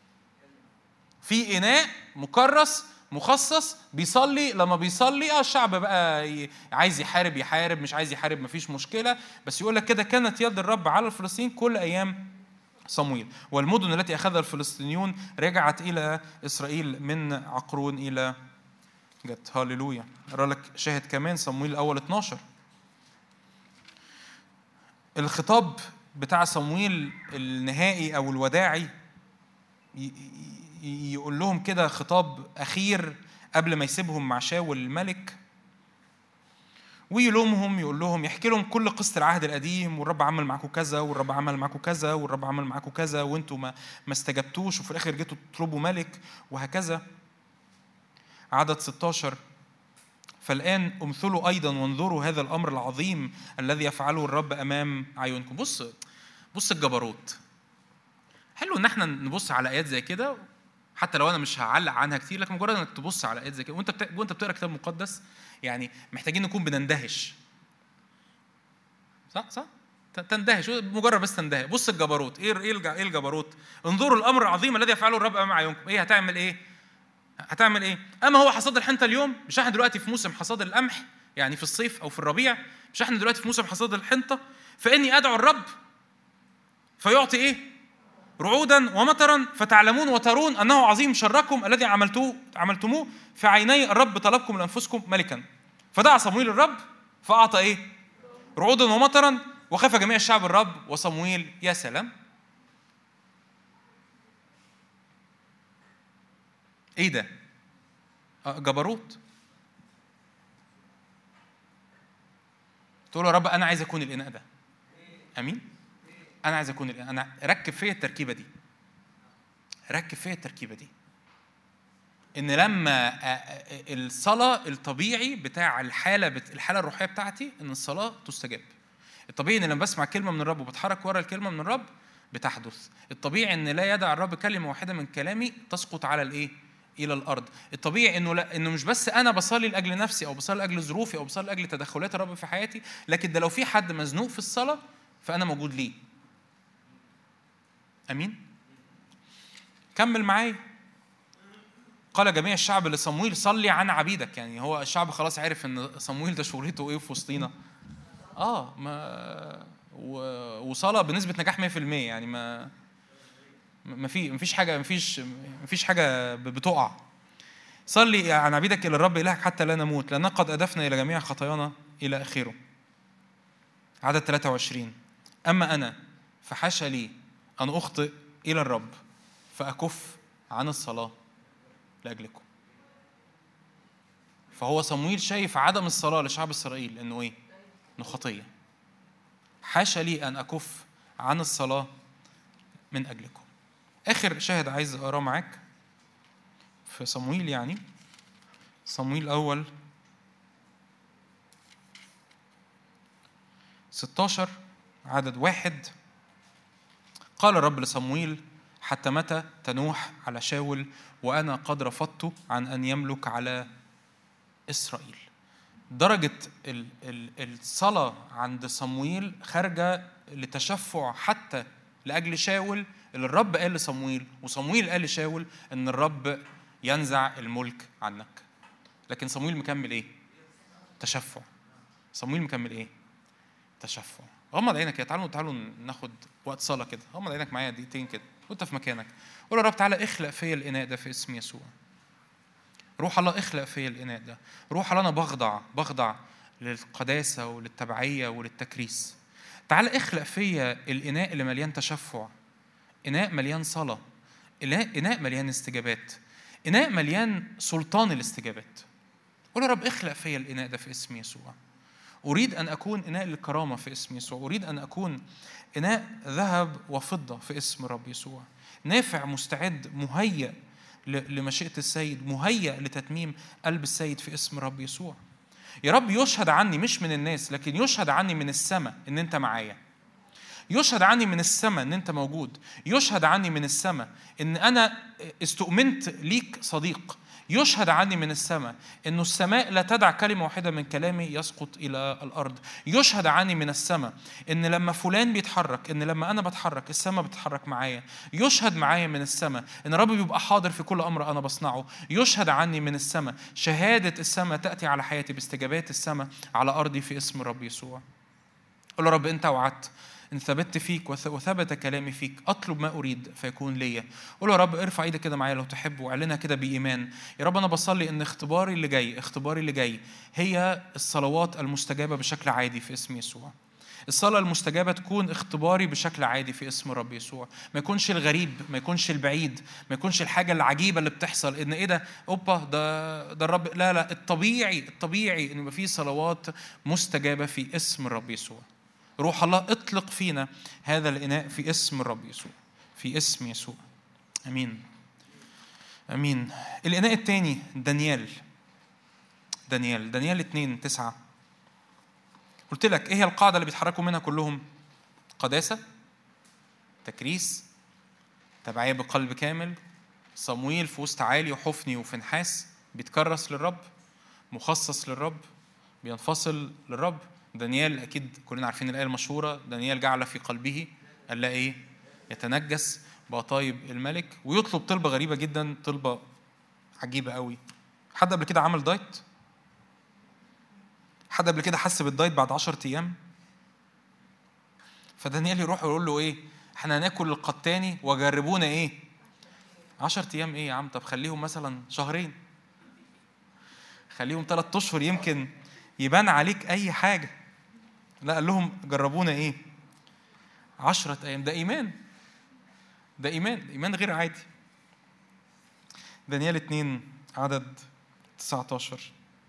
في اناء مكرس مخصص بيصلي. لما بيصلي الشعب بقى عايز يحارب مش عايز يحارب مفيش مشكله، بس يقول لك كده كانت يد الرب على الفلسطينيين كل ايام صمويل، والمدن التي اخذها الفلسطينيون رجعت الى اسرائيل من عقرون الى جت. هاليلويا. أرى لك شاهد كمان، صمويل الأول 12. الخطاب بتاع صمويل النهائي أو الوداعي يقول لهم كده خطاب أخير قبل ما يسيبهم مع شاول الملك، ويلومهم يقول لهم، يحكي لهم كل قصة العهد القديم، والرب عمل معكم كذا والرب عمل معكم كذا والرب عمل معكم كذا وانتم ما استجبتوش وفي الآخر جيتوا تطلبوا ملك وهكذا. عدد 16: فالآن امثلوا أيضا وانظروا هذا الأمر العظيم الذي يفعله الرب أمام عيونكم. بص الجبروت. حلو إن احنا نبص على آيات زي كده، حتى لو أنا مش هعلق عنها كتير، لكن مجرد إنك تبص على آيات زي كده وأنت بتقرأ كتاب مقدس، يعني محتاجين نكون بنندهش. صح؟ تندهش، مجرد بس تندهش. بص الجبروت. إيه الجبروت؟ انظروا الأمر العظيم الذي يفعله الرب أمام عيونكم. إيه هتعمل إيه؟ أما هو حصاد الحنطة اليوم، مش احنا دلوقتي في موسم حصاد القمح يعني في الصيف أو في الربيع، مش احنا دلوقتي في موسم حصاد الحنطة؟ فإني أدعو الرب فيعطي إيه؟ رعودا ومطرا فتعلمون وترون أنه عظيم شركم الذي عملتموه في عيني الرب، طلبكم لأنفسكم ملكا. فدعا صمويل الرب فأعطى إيه؟ رعودا ومطرا، وخاف جميع الشعب الرب وصمويل. يا سلام، إيه ده؟ جبروت. تقول يا رب أنا عايز أكون الإناء ده. أمين. أنا عايز أكون الإناء. أنا ركب فيا التركيبة دي، إن لما الصلاة الطبيعي بتاع الحالة الروحية بتاعتي، إن الصلاة تستجاب. الطبيعي إن لما بسمع كلمة من الرب وبتحرك ورا الكلمة من الرب بتحدث. الطبيعي إن لا يدع الرب كلمة واحدة من كلامي تسقط على الإيه؟ إلى الأرض. الطبيعي إنه مش بس أنا بصلي لأجل نفسي أو بصلي لأجل ظروفي أو بصلي لأجل تدخلات الرب في حياتي، لكن ده لو في حد مزنوق في الصلاة فأنا موجود ليه. أمين. كمل معايا. قال جميع الشعب لصمويل صلي عن عبيدك. يعني هو الشعب خلاص عارف إن صمويل ده شغلته إيه في وسطينا. وصلاة بنسبة نجاح 100%. يعني مفيش حاجة بتقع. صلي عن عبيدك إلى الرب إلهك حتى لا نموت، لأننا قد أدفنا إلى جميع خطايانا إلى آخره. عدد 23. أما أنا فحاشا لي أن أخطئ إلى الرب فأكف عن الصلاة لأجلكم. فهو صمويل شايف عدم الصلاة لشعب إسرائيل إنه إيه؟ إنه خطية. حاشا لي أن أكف عن الصلاة من أجلكم. آخر شاهد عايز أقرأ معاك في صمويل، يعني صمويل أول 16 عدد 1. قال الرب لصمويل: حتى متى تنوح على شاول وأنا قد رفضت عن أن يملك على إسرائيل. درجة الصلاة عند صمويل خارجة لتشفع حتى لأجل شاول اللي الرب قال لصمويل، وصمويل قال لشاول إن الرب ينزع الملك عنك. لكن صمويل مكمل إيه؟ تشفع. صمويل مكمل إيه؟ تشفع. غمض عينك كده، تعالوا ناخد وقت صلاة كده. غمض عينك معايا دقيقتين كده وانت في مكانك. قول يا رب تعالى اخلق فيا الإناء ده في اسم يسوع. روح الله اخلق فيا الإناء ده. روح الله أنا بخضع للقداسة وللتبعية وللتكريس. تعالى اخلق فيا الإناء اللي مليان تشفع، إناء مليان صلاة، إناء مليان استجابات، إناء مليان سلطان الاستجابات. قول يا رب اخلق فيا الإناء ده في اسم يسوع. أريد أن أكون إناء للكرامة في اسم يسوع. أريد أن أكون إناء ذهب وفضة في اسم رب يسوع، نافع مستعد مهيأ لمشيئة السيد، مهيأ لتتميم قلب السيد في اسم رب يسوع. يا رب يشهد عني مش من الناس، لكن يشهد عني من السماء إن أنت معايا. يشهد عني من السماء إن أنت موجود. يشهد عني من السماء إن أنا استؤمنت ليك صديق. يشهد عني من السماء إنه السماء لا تدع كلمة واحدة من كلامي يسقط إلى الأرض. يشهد عني من السماء إن لما فلان بيتحرك، إن لما أنا بتحرك السماء بتتحرك معايا. يشهد معايا من السماء إن ربي بيبقى حاضر في كل أمر أنا بصنعه. يشهد عني من السماء، شهادة السماء تأتي على حياتي باستجابات السماء على أرضي في اسم رب يسوع. قل رب أنت وعدت إن ثبت فيك وثبت كلامي فيك أطلب ما أريد فيكون ليا. قول يا رب ارفع ايدك كده معايا لو تحب واعلنها كده بإيمان. يا رب أنا بصلي إن اختباري اللي جاي هي الصلوات المستجابة بشكل عادي في اسم يسوع. الصلاة المستجابة تكون اختباري بشكل عادي في اسم رب يسوع. ما يكونش الغريب، ما يكونش البعيد، ما يكونش الحاجة العجيبة اللي بتحصل إن إيه ده أوبا ده الرب. لا الطبيعي إن يبقى فيه صلوات مستجابة في اسم رب يسوع. روح الله اطلق فينا هذا الإناء في اسم الرب يسوع، في اسم يسوع. أمين أمين. الإناء الثاني دانيال 2:9. قلت لك إيه هي القاعدة اللي بيتحركوا منها كلهم؟ قداسة، تكريس، تبعية بقلب كامل. صمويل في وسط عالي وحفني وفنحاس بيتكرس للرب، مخصص للرب، بينفصل للرب. دانيال أكيد كلنا عارفين الآية المشهورة، دانيال جعل في قلبه ألا إيه؟ يتنجس بطايب الملك، ويطلب طلبة غريبة جدا، طلبة عجيبة قوي. حد قبل كده عمل دايت؟ حد قبل كده حس بالدايت بعد 10 أيام؟ فدانيال يروح ويقول له إيه؟ احنا هناكل القطاني وجربونا إيه؟ 10 أيام إيه يا عم؟ طب خليهم مثلا شهرين، خليهم 3 أشهر، يمكن يبان عليك أي حاجة. لا، قال لهم جربونا إيه؟ 10 أيام. ده إيمان غير عادي. دانيال 2 عدد 19.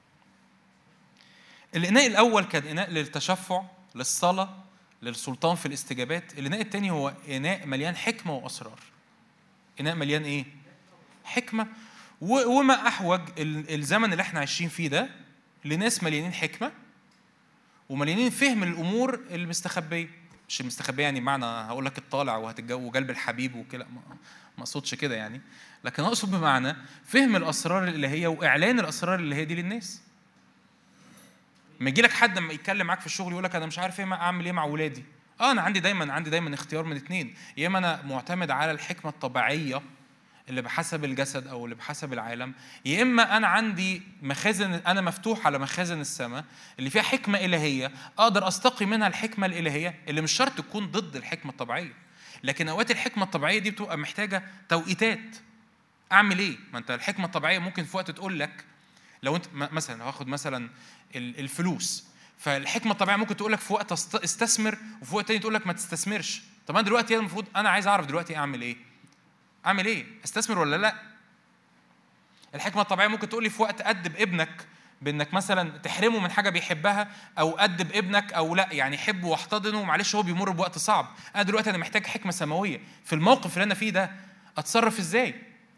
الإناء الأول كان إناء للتشفع، للصلاة، للسلطان في الاستجابات. الإناء الثاني هو إناء مليان حكمة وأسرار. إناء مليان إيه؟ حكمة. وما أحوج الزمن اللي احنا عايشين فيه ده لناس مليانين حكمة ومليانين فهم الأمور المستخبية. مش المستخبية يعني معنى هقول لك الطالع وهتتجوز وقلب الحبيب وكده، ما أقصدش كده يعني، لكن أقصد بمعنى فهم الأسرار الإلهية وإعلان الأسرار الإلهية دي للناس. ما يجي لك حد لما يتكلم معاك في الشغل يقول لك أنا مش عارف أعمل إيه مع ولادي. أنا عندي دايما اختيار من 2، يا إما أنا معتمد على الحكمة الطبيعية اللي بحسب الجسد أو اللي بحسب العالم، يا إما أنا عندي مخازن، أنا مفتوح على مخازن السماء اللي فيها حكمة إلهية أقدر أستقي منها الحكمة الإلهية اللي مش شرط تكون ضد الحكمة الطبيعية، لكن اوقات الحكمه الطبيعيه دي بتبقى محتاجه توقيتات. اعمل ايه؟ ما انت الحكمه الطبيعيه ممكن في وقت تقول لك، لو انت مثلا هاخد مثلا الفلوس، فالحكمه الطبيعيه ممكن تقول لك في وقت استثمر، وفي وقت تاني تقول لك ما تستثمرش. طب انا دلوقتي المفروض انا عايز اعرف دلوقتي اعمل ايه؟ اعمل ايه؟ استثمر ولا لا؟ الحكمه الطبيعيه ممكن تقول لي في وقت ادب ابنك بانك مثلا تحرمه من حاجه بيحبها، او ادب ابنك او لا، يعني حبه واحتضنه، معلش هو بيمر بوقت صعب. انا دلوقتي انا محتاج حكمه سماويه في الموقف اللي انا فيه ده، اتصرف ازاي؟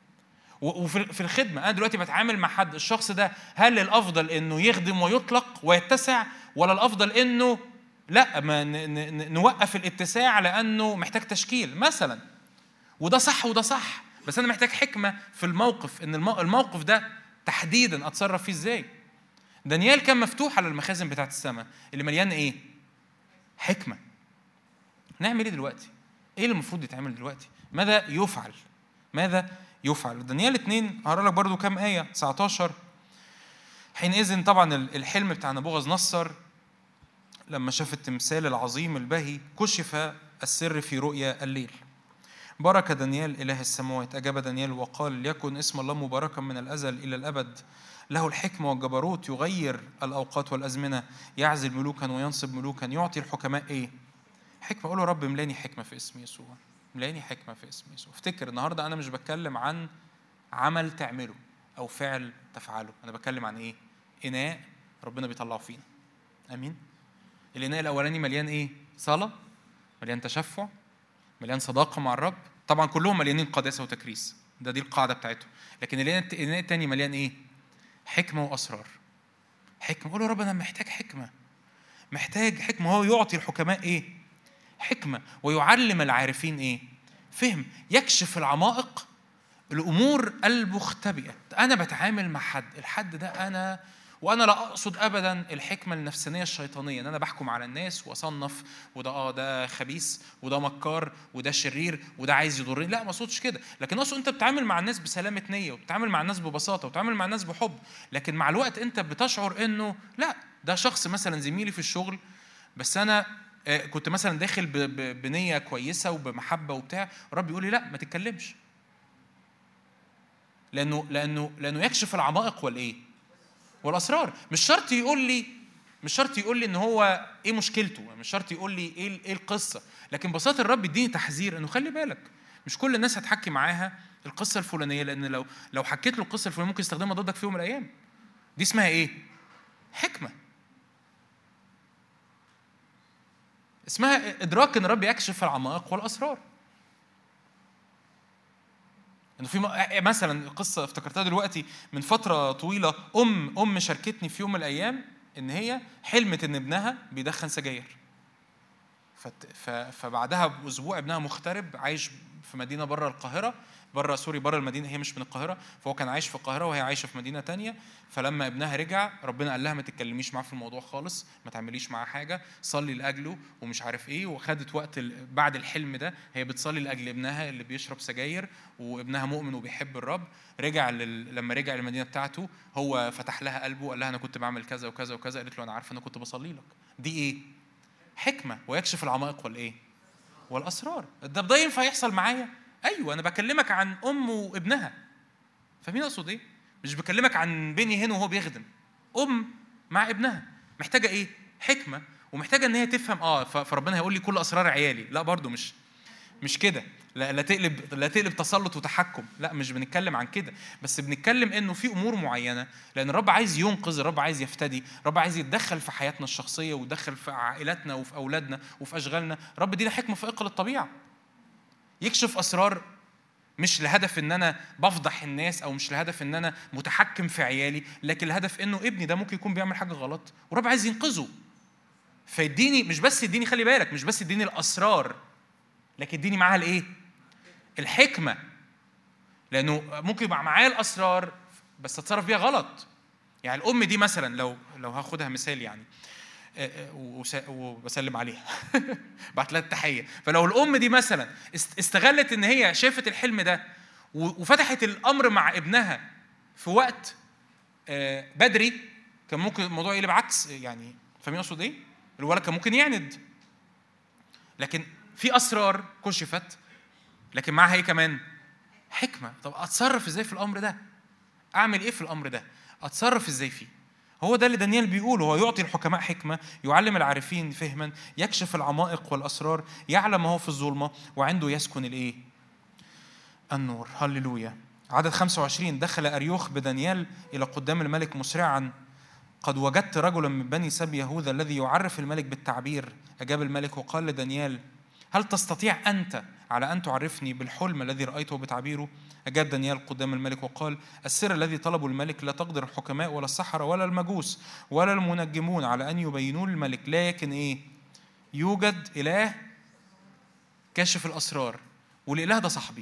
وفي الخدمه انا دلوقتي بتعامل مع حد، الشخص ده هل الافضل انه يخدم ويطلق ويتسع، ولا الافضل انه لا ما نوقف الاتساع لانه محتاج تشكيل مثلا؟ وده صح وده صح، بس انا محتاج حكمه في الموقف، ان الموقف ده تحديدا اتصرف فيه ازاي. دانيال كان مفتوح على المخازن بتاعت السماء اللي مليان ايه؟ حكمه. نعمل ايه دلوقتي؟ ايه اللي المفروض يتعمل دلوقتي؟ ماذا يفعل؟ ماذا يفعل؟ دانيال 2 هقرا لك برضو كام ايه. 19 حينئذ طبعا الحلم بتاع نبوغذ نصر لما شاف التمثال العظيم البهي كشف السر في رؤيا الليل. بارك دانيال إله السماوات. أجاب دانيال وقال ليكن اسم الله مباركا من الأزل إلى الأبد، له الحكمة والجبروت، يغير الأوقات والأزمنة، يعزل ملوكا وينصب ملوكا، يعطي الحكماء إيه؟ حكمة. قولوا رب ملاني حكمة في اسم يسوع، ملاني حكمة في اسم يسوع. افتكر النهاردة أنا مش بتكلم عن عمل تعمله أو فعل تفعله، أنا بتكلم عن إيه؟ إناء ربنا بيطلعه فينا. أمين. الإناء الأولاني مليان إيه؟ صلاة، مليان تشفع، مليان صداقة مع الرب. طبعا كلهم مليانين قداسة وتكريس، دي القاعدة بتاعتهم. لكن الإناء التاني مليان إيه؟ حكمة وأسرار. حكمة. قولوا رب أنا محتاج حكمة، محتاج حكمة. هو يعطي الحكماء إيه؟ حكمة. ويعلم العارفين إيه؟ فهم. يكشف العمائق، الأمور المختبئة. أنا بتعامل مع حد، الحد ده أنا، وأنا لا أقصد أبداً الحكمة النفسانية الشيطانية إن أنا بحكم على الناس وأصنف وده ده خبيث وده مكار وده شرير وده عايز يضرني، لا ما أقصدش كده. لكن أقصد أنت بتعامل مع الناس بسلامة نية، وبتعامل مع الناس ببساطة، وبتعامل مع الناس بحب. لكن مع الوقت أنت بتشعر إنه لا، ده شخص مثلاً زميلي في الشغل، بس أنا كنت مثلاً داخل بنية كويسة وبمحبة وبتاع، رب يقول لي لا ما تتكلمش، لأنه يكشف العمائق والإيه؟ والأسرار. مش شرط يقول لي إن هو إيه مشكلته، مش شرط يقول لي إيه القصة، لكن ببساطة الرب يديني تحذير إنه خلي بالك مش كل الناس هتحكي معاها القصة الفلانية، لأن لو حكيت له القصة الفلانية ممكن يستخدمها ضدك في يوم من الأيام. دي اسمها إيه؟ حكمة. اسمها إدراك إن الرب يكشف العمائق والأسرار. انه في مثلا قصه افتكرتها دلوقتي من فتره طويله، ام شاركتني في يوم من الايام ان هي حلمت ان ابنها بيدخن سجاير، فبعدها باسبوع ابنها مغترب عايش في مدينه بره القاهره، بره المدينه، هي مش من القاهره، فهو كان عايش في القاهره وهي عايشه في مدينه تانية. فلما ابنها رجع ربنا قال لها ما تتكلميش معاه في الموضوع خالص، ما تعمليش معاه حاجه، صلي لاجله ومش عارف ايه. وخدت وقت بعد الحلم ده هي بتصلي لاجل ابنها اللي بيشرب سجاير، وابنها مؤمن وبيحب الرب. لما رجع المدينه بتاعته هو فتح لها قلبه، قال لها انا كنت بعمل كذا وكذا وكذا. قالت له انا عارفه انا كنت بصلي لك. دي ايه؟ حكمة. ويكشف العمائق والإيه؟ والأسرار. ده ينفع يحصل معايا؟ أيوة، أنا بكلمك عن أم وابنها. فمين أقصد إيه؟ مش بكلمك عن بيني هنا وهو بيخدم. أم مع ابنها محتاجة إيه؟ حكمة، ومحتاجة إن هي تفهم. فربنا هيقول لي كل أسرار عيالي. لا برضو مش كده. لا تقلب تسلط وتحكم. لا مش بنتكلم عن كده، بس بنتكلم انه في امور معينه، لان الرب عايز ينقذ، الرب عايز يفتدي، الرب عايز يتدخل في حياتنا الشخصيه ويدخل في عائلاتنا وفي اولادنا وفي اشغالنا. الرب دي حكمه فائقه للطبيعه. يكشف اسرار مش لهدف ان انا بفضح الناس، او مش لهدف ان انا متحكم في عيالي، لكن الهدف انه ابني ده ممكن يكون بيعمل حاجه غلط والرب عايز ينقذه. فيديني، مش بس يديني، خلي بالك، مش بس يديني الاسرار، لكن يديني معاها الايه؟ الحكمة. لأنه ممكن يبقى معايا الأسرار بس أتصرف بيها غلط. يعني الأم دي مثلا لو هاخدها مثال يعني، وبسلم عليها بعت لها التحية. فلو الأم دي مثلا استغلت إن هي شافت الحلم ده وفتحت الأمر مع ابنها في وقت بدري، كان ممكن الموضوع يقلب عكس. يعني فاهمين أقصد إيه؟ الولد كان ممكن يعند، لكن في أسرار كشفت، لكن معها إيه كمان؟ حكمة. طب أتصرف إزاي في الأمر ده؟ أعمل إيه في الأمر ده؟ أتصرف إزاي فيه؟ هو ده اللي دانيال بيقوله. هو يعطي الحكماء حكمة، يعلم العارفين فهما، يكشف العمائق والأسرار، يعلم ما هو في الظلمة، وعنده يسكن الإيه؟ النور. هللويا. عدد 25: دخل أريوخ بدانيال إلى قدام الملك مسرعا: قد وجدت رجلا من بني سبي يهوذا الذي يعرف الملك بالتعبير. أجاب الملك وقال لدانيال: هل تستطيع أنت على أن تعرفني بالحلم الذي رأيته بتعبيره؟ أجاب دانيال قدام الملك وقال: السر الذي طلبه الملك لا تقدر الحكماء ولا السحرة ولا المجوس ولا المنجمون على أن يبينوا للملك، لكن إيه؟ يوجد إله كاشف الأسرار، والإله ده صاحبي.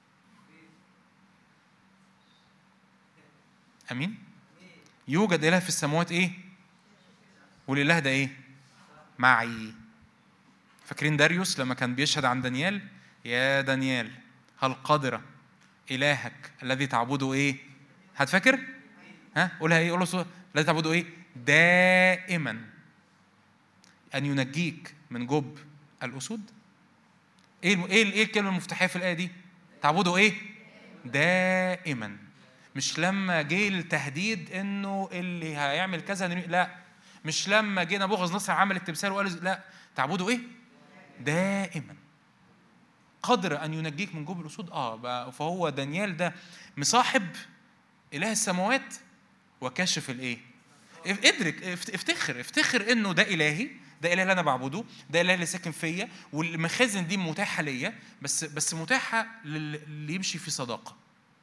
أمين؟ يوجد إله في السماوات إيه؟ والإله ده إيه؟ معي. فاكرين داريوس لما كان بيشهد عن دانيال؟ يا دانيال هل قدر إلهك الذي تعبده إيه؟ هتفكر؟ قولها إيه؟ قول له الذي تعبده إيه؟ دائما أن ينجيك من جب الأسود. إيه الكلمة المفتاحية في الآية دي؟ تعبده إيه؟ دائما. مش لما جه التهديد إنه اللي هيعمل كذا، لا. مش لما جه نبوخذ نصر عمل التمثال وقال لا. تعبده إيه؟ دائما. قدر أن ينجيك من جب الأسود. فهو دانيال ده مصاحب إله السماوات وكاشف الإيه؟ ادرك، افتخر إنه ده إلهي، ده إله اللي أنا بعبده، ده إله اللي ساكن فيا، والمخازن دي متاحة ليا، بس متاحة اللي يمشي في صداقة،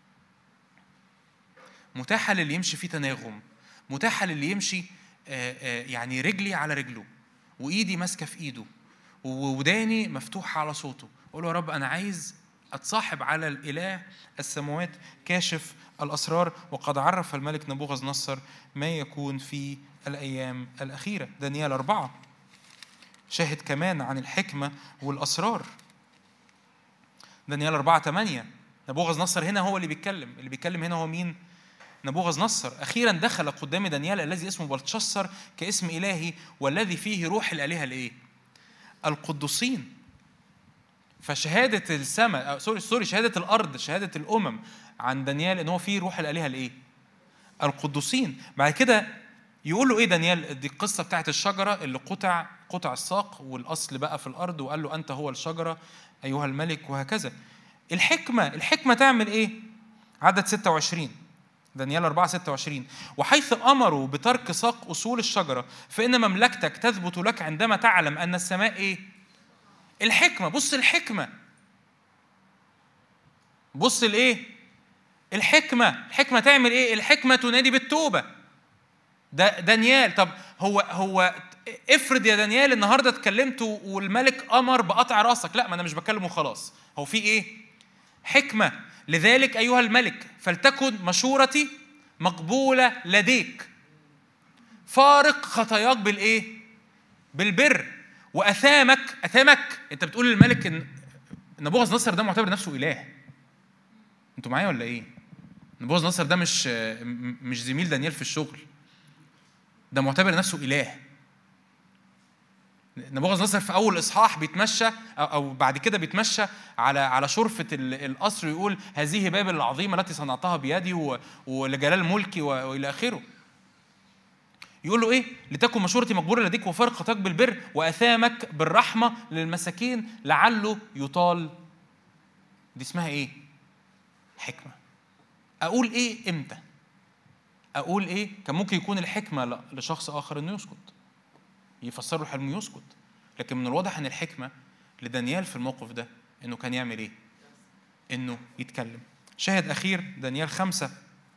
متاحة للي يمشي في تناغم، متاحة للي يمشي يعني رجلي على رجله وإيدي ماسكة في إيده ووداني مفتوحة على صوته. قول له يا رب أنا عايز أتصاحب على الإله السماوات كاشف الأسرار، وقد عرف الملك نبوخذ نصر ما يكون في الأيام الأخيرة. دانيال 4 شاهد كمان عن الحكمة والأسرار. دانيال 4:8 نبوخذ نصر هنا هو اللي بيتكلم هنا هو مين؟ نبوخذ نصر. أخيرا دخل قدام دانيال الذي اسمه بلتشسر كاسم إلهي والذي فيه روح الآلهة الإيه؟ القدوسين. فشهادة السماء شهادة الأرض، شهادة الأمم عن دانيال إن هو فيه روح الآلهة الإيه؟ القدوسين. بعد كده يقول له إيه دانيال؟ دي القصة بتاعت الشجرة اللي قطع الساق والأصل بقى في الأرض، وقال له أنت هو الشجرة أيها الملك، وهكذا. الحكمة تعمل إيه؟ عدد 26 دانيال 4:26: وحيث أمروا بترك ساق أصول الشجرة فإن مملكتك تثبت لك عندما تعلم أن السماء إيه؟ الحكمة. بص الحكمة، بص الإيه؟ الحكمة تعمل إيه؟ الحكمة تنادي بالتوبة. ده دانيال. طب هو افرض يا دانيال النهاردة اتكلمت والملك أمر بقطع رأسك. لا، ما أنا مش بكلمه خلاص. هو في إيه؟ حكمة. لذلك أيها الملك فلتكن مشورتي مقبولة لديك، فارق خطاياك بالإيه؟ بالبر، وأثامك أنت بتقول للملك إن نبوخذ نصر ده معتبر نفسه إله. أنتوا معايا ولا إيه؟ نبوخذ نصر ده مش زميل دانيال في الشغل، ده معتبر نفسه إله. نبوخذ نصر في أول إصحاح بيتمشى أو بعد كده بيتمشى على شرفة القصر ويقول هذه بابل العظيمة التي صنعتها بيدي ولجلال ملكي وإلى آخره. يقول له إيه؟ لتكن مشورتي مقبولة لديك وفارق خطاك بالبر وأثامك بالرحمة للمساكين لعله يطال. دي اسمها إيه؟ حكمة. أقول إيه إمتى؟ أقول إيه؟ كان ممكن يكون الحكمة لشخص آخر إنه يسكت، يفسر له الحلم ويسكت، لكن من الواضح ان الحكمه لدانيال في الموقف ده انه كان يعمل ايه؟ انه يتكلم. شاهد اخير دانيال 5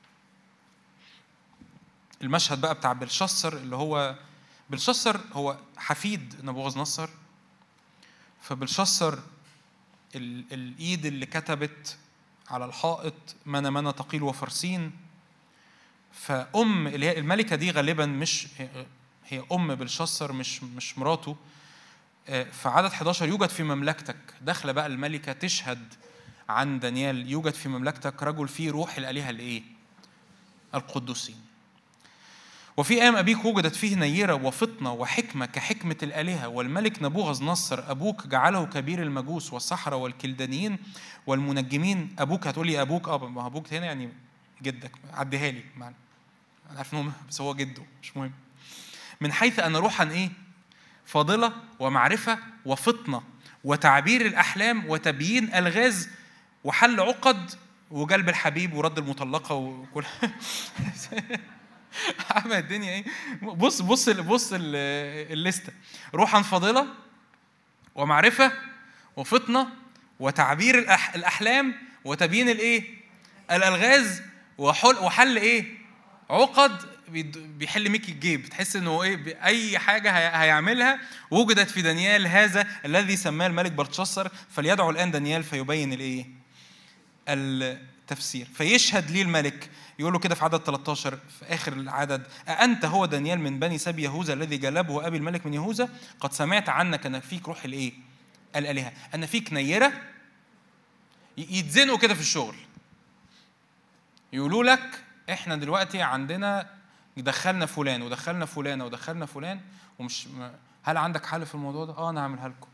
المشهد بقى بتاع بلشسر، اللي هو بلشسر هو حفيد نبوخذ نصر. فبلشسر الايد اللي كتبت على الحائط من تقيل وفرسين. فام اللي هي الملكه دي غالبا مش هي أم بلشسر مش مراته. فعدد 11 يوجد في مملكتك، داخله بقى الملكة تشهد عن دانيال، يوجد في مملكتك رجل فيه روح الآلهة الإيه؟ القدوسين. وفي أيام أبيك وجدت فيه نيرة وفطنة وحكمة كحكمة الآلهة، والملك نبوخذ نصر أبوك جعله كبير المجوس والسحرة والكلدانيين والمنجمين. أبوك هتقولي أبوك ما أبوك هنا يعني جدك، عديها لي معنا، أنا عارف إنه بس هو جده مش مهم. من حيث أن روحا إيه؟ فاضلة ومعرفة وفطنة وتعبير الأحلام وتبيين ألغاز وحل عقد وجلب الحبيب ورد المطلقة وكل عمل الدنيا ايه. بص الليسته: روحا فاضله ومعرفه وفطنه وتعبير الاحلام وتبيين الايه؟ الالغاز وحل ايه؟ عقد. بيحل ميكي الجيب، تحس انه ايه؟ اي حاجه هيعملها. وجدت في دانيال هذا الذي سماه الملك بلتشسر، فليدعو الان دانيال فيبين الايه؟ التفسير. فيشهد لي الملك، يقول له كده في عدد 13 في آخر العدد: أأنت هو دانيال من بني سبي يهوذا الذي جلبه أبي الملك من يهوذا؟ قد سمعت عنك أن فيك روح الإيه؟ الآلهة، أن فيك نيرة. يتزنقوا كده في الشغل، يقولوا لك إحنا دلوقتي عندنا دخلنا فلان ودخلنا فلانة ودخلنا فلان، ومش هل عندك حل في الموضوع ده؟ أنا هعملها لكم.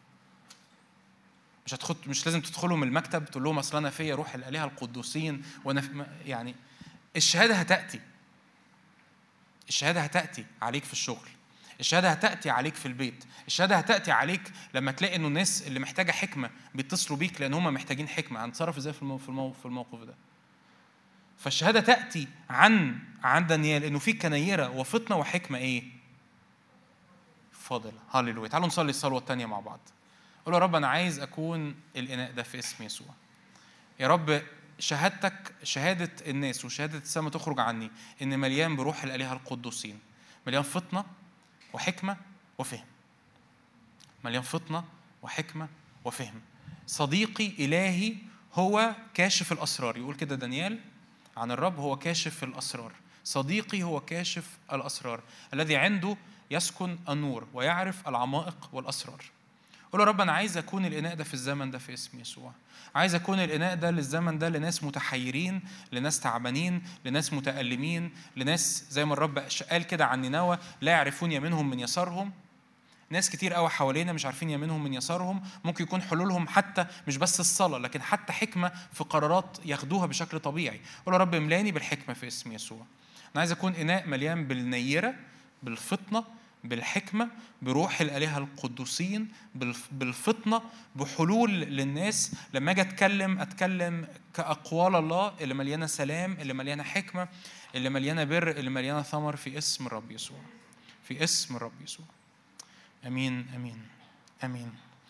مش لازم تدخلوا من المكتب تقول لهم اصل انا فيا روح الالهه القدوسين وانا يعني الشهاده هتاتي. الشهاده هتاتي عليك في الشغل، الشهاده هتاتي عليك في البيت، الشهاده هتاتي عليك لما تلاقي انه الناس اللي محتاجه حكمه بيتصلوا بيك لان هم محتاجين حكمه هنتصرف ازاي في الموقف ده. فالشهاده تاتي عن دانيال انه في كنيره وفطنه وحكمه ايه؟ فاضله. هاليلويا. تعالوا نصلي الصلوه الثانيه مع بعض. قول يا رب أنا عايز أكون الإناء ده في اسم يسوع. يا رب شهادتك، شهادة الناس وشهادة السماء تخرج عني إن مليان بروح الآلهة القدوسين، مليان فطنة وحكمة وفهم، مليان فطنة وحكمة وفهم. صديقي إلهي هو كاشف الأسرار. يقول كده دانيال عن الرب: هو كاشف الأسرار. صديقي هو كاشف الأسرار الذي عنده يسكن النور ويعرف العمائق والأسرار. قول يا رب أنا عايز أكون الإناء ده في الزمن ده في اسم يسوع. عايز أكون الإناء ده للزمن ده، لناس متحيرين، لناس تعبانين، لناس متألمين، لناس زي ما الرب قال كده عن نينوى: لا يعرفون يمينهم من يسارهم. ناس كتير قوي حوالينا مش عارفين يمينهم من يسارهم. ممكن يكون حلولهم حتى مش بس الصلاة، لكن حتى حكمة في قرارات ياخدوها بشكل طبيعي. قول يا رب املاني بالحكمة في اسم يسوع. أنا عايز أكون إناء مليان بالنيرة، بالفطنة، بالحكمة، بروح الآلهة القدوسين، بالفطنة، بحلول للناس. لما أجي أتكلم كأقوال الله اللي مليانة سلام، اللي مليانة حكمة، اللي مليانة بر، اللي مليانة ثمر في اسم الرب يسوع. في اسم الرب يسوع. أمين أمين أمين.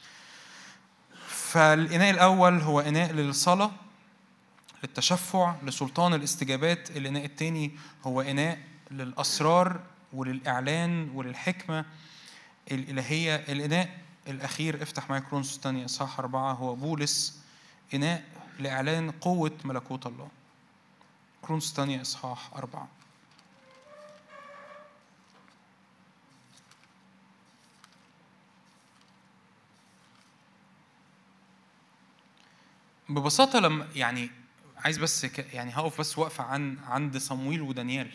فالإناء الأول هو إناء للصلاة، للتشفع، لسلطان الاستجابات. الإناء الثاني هو إناء للأسرار وللإعلان وللحكمة الإلهية. الإناء الأخير، افتح معي كورنثوس الثانية إصحاح 4، هو بولس، إناء لإعلان قوة ملكوت الله. كورنثوس الثانية إصحاح 4. ببساطة لما يعني عايز بس يعني هقف بس وقفة عند صمويل ودانيال.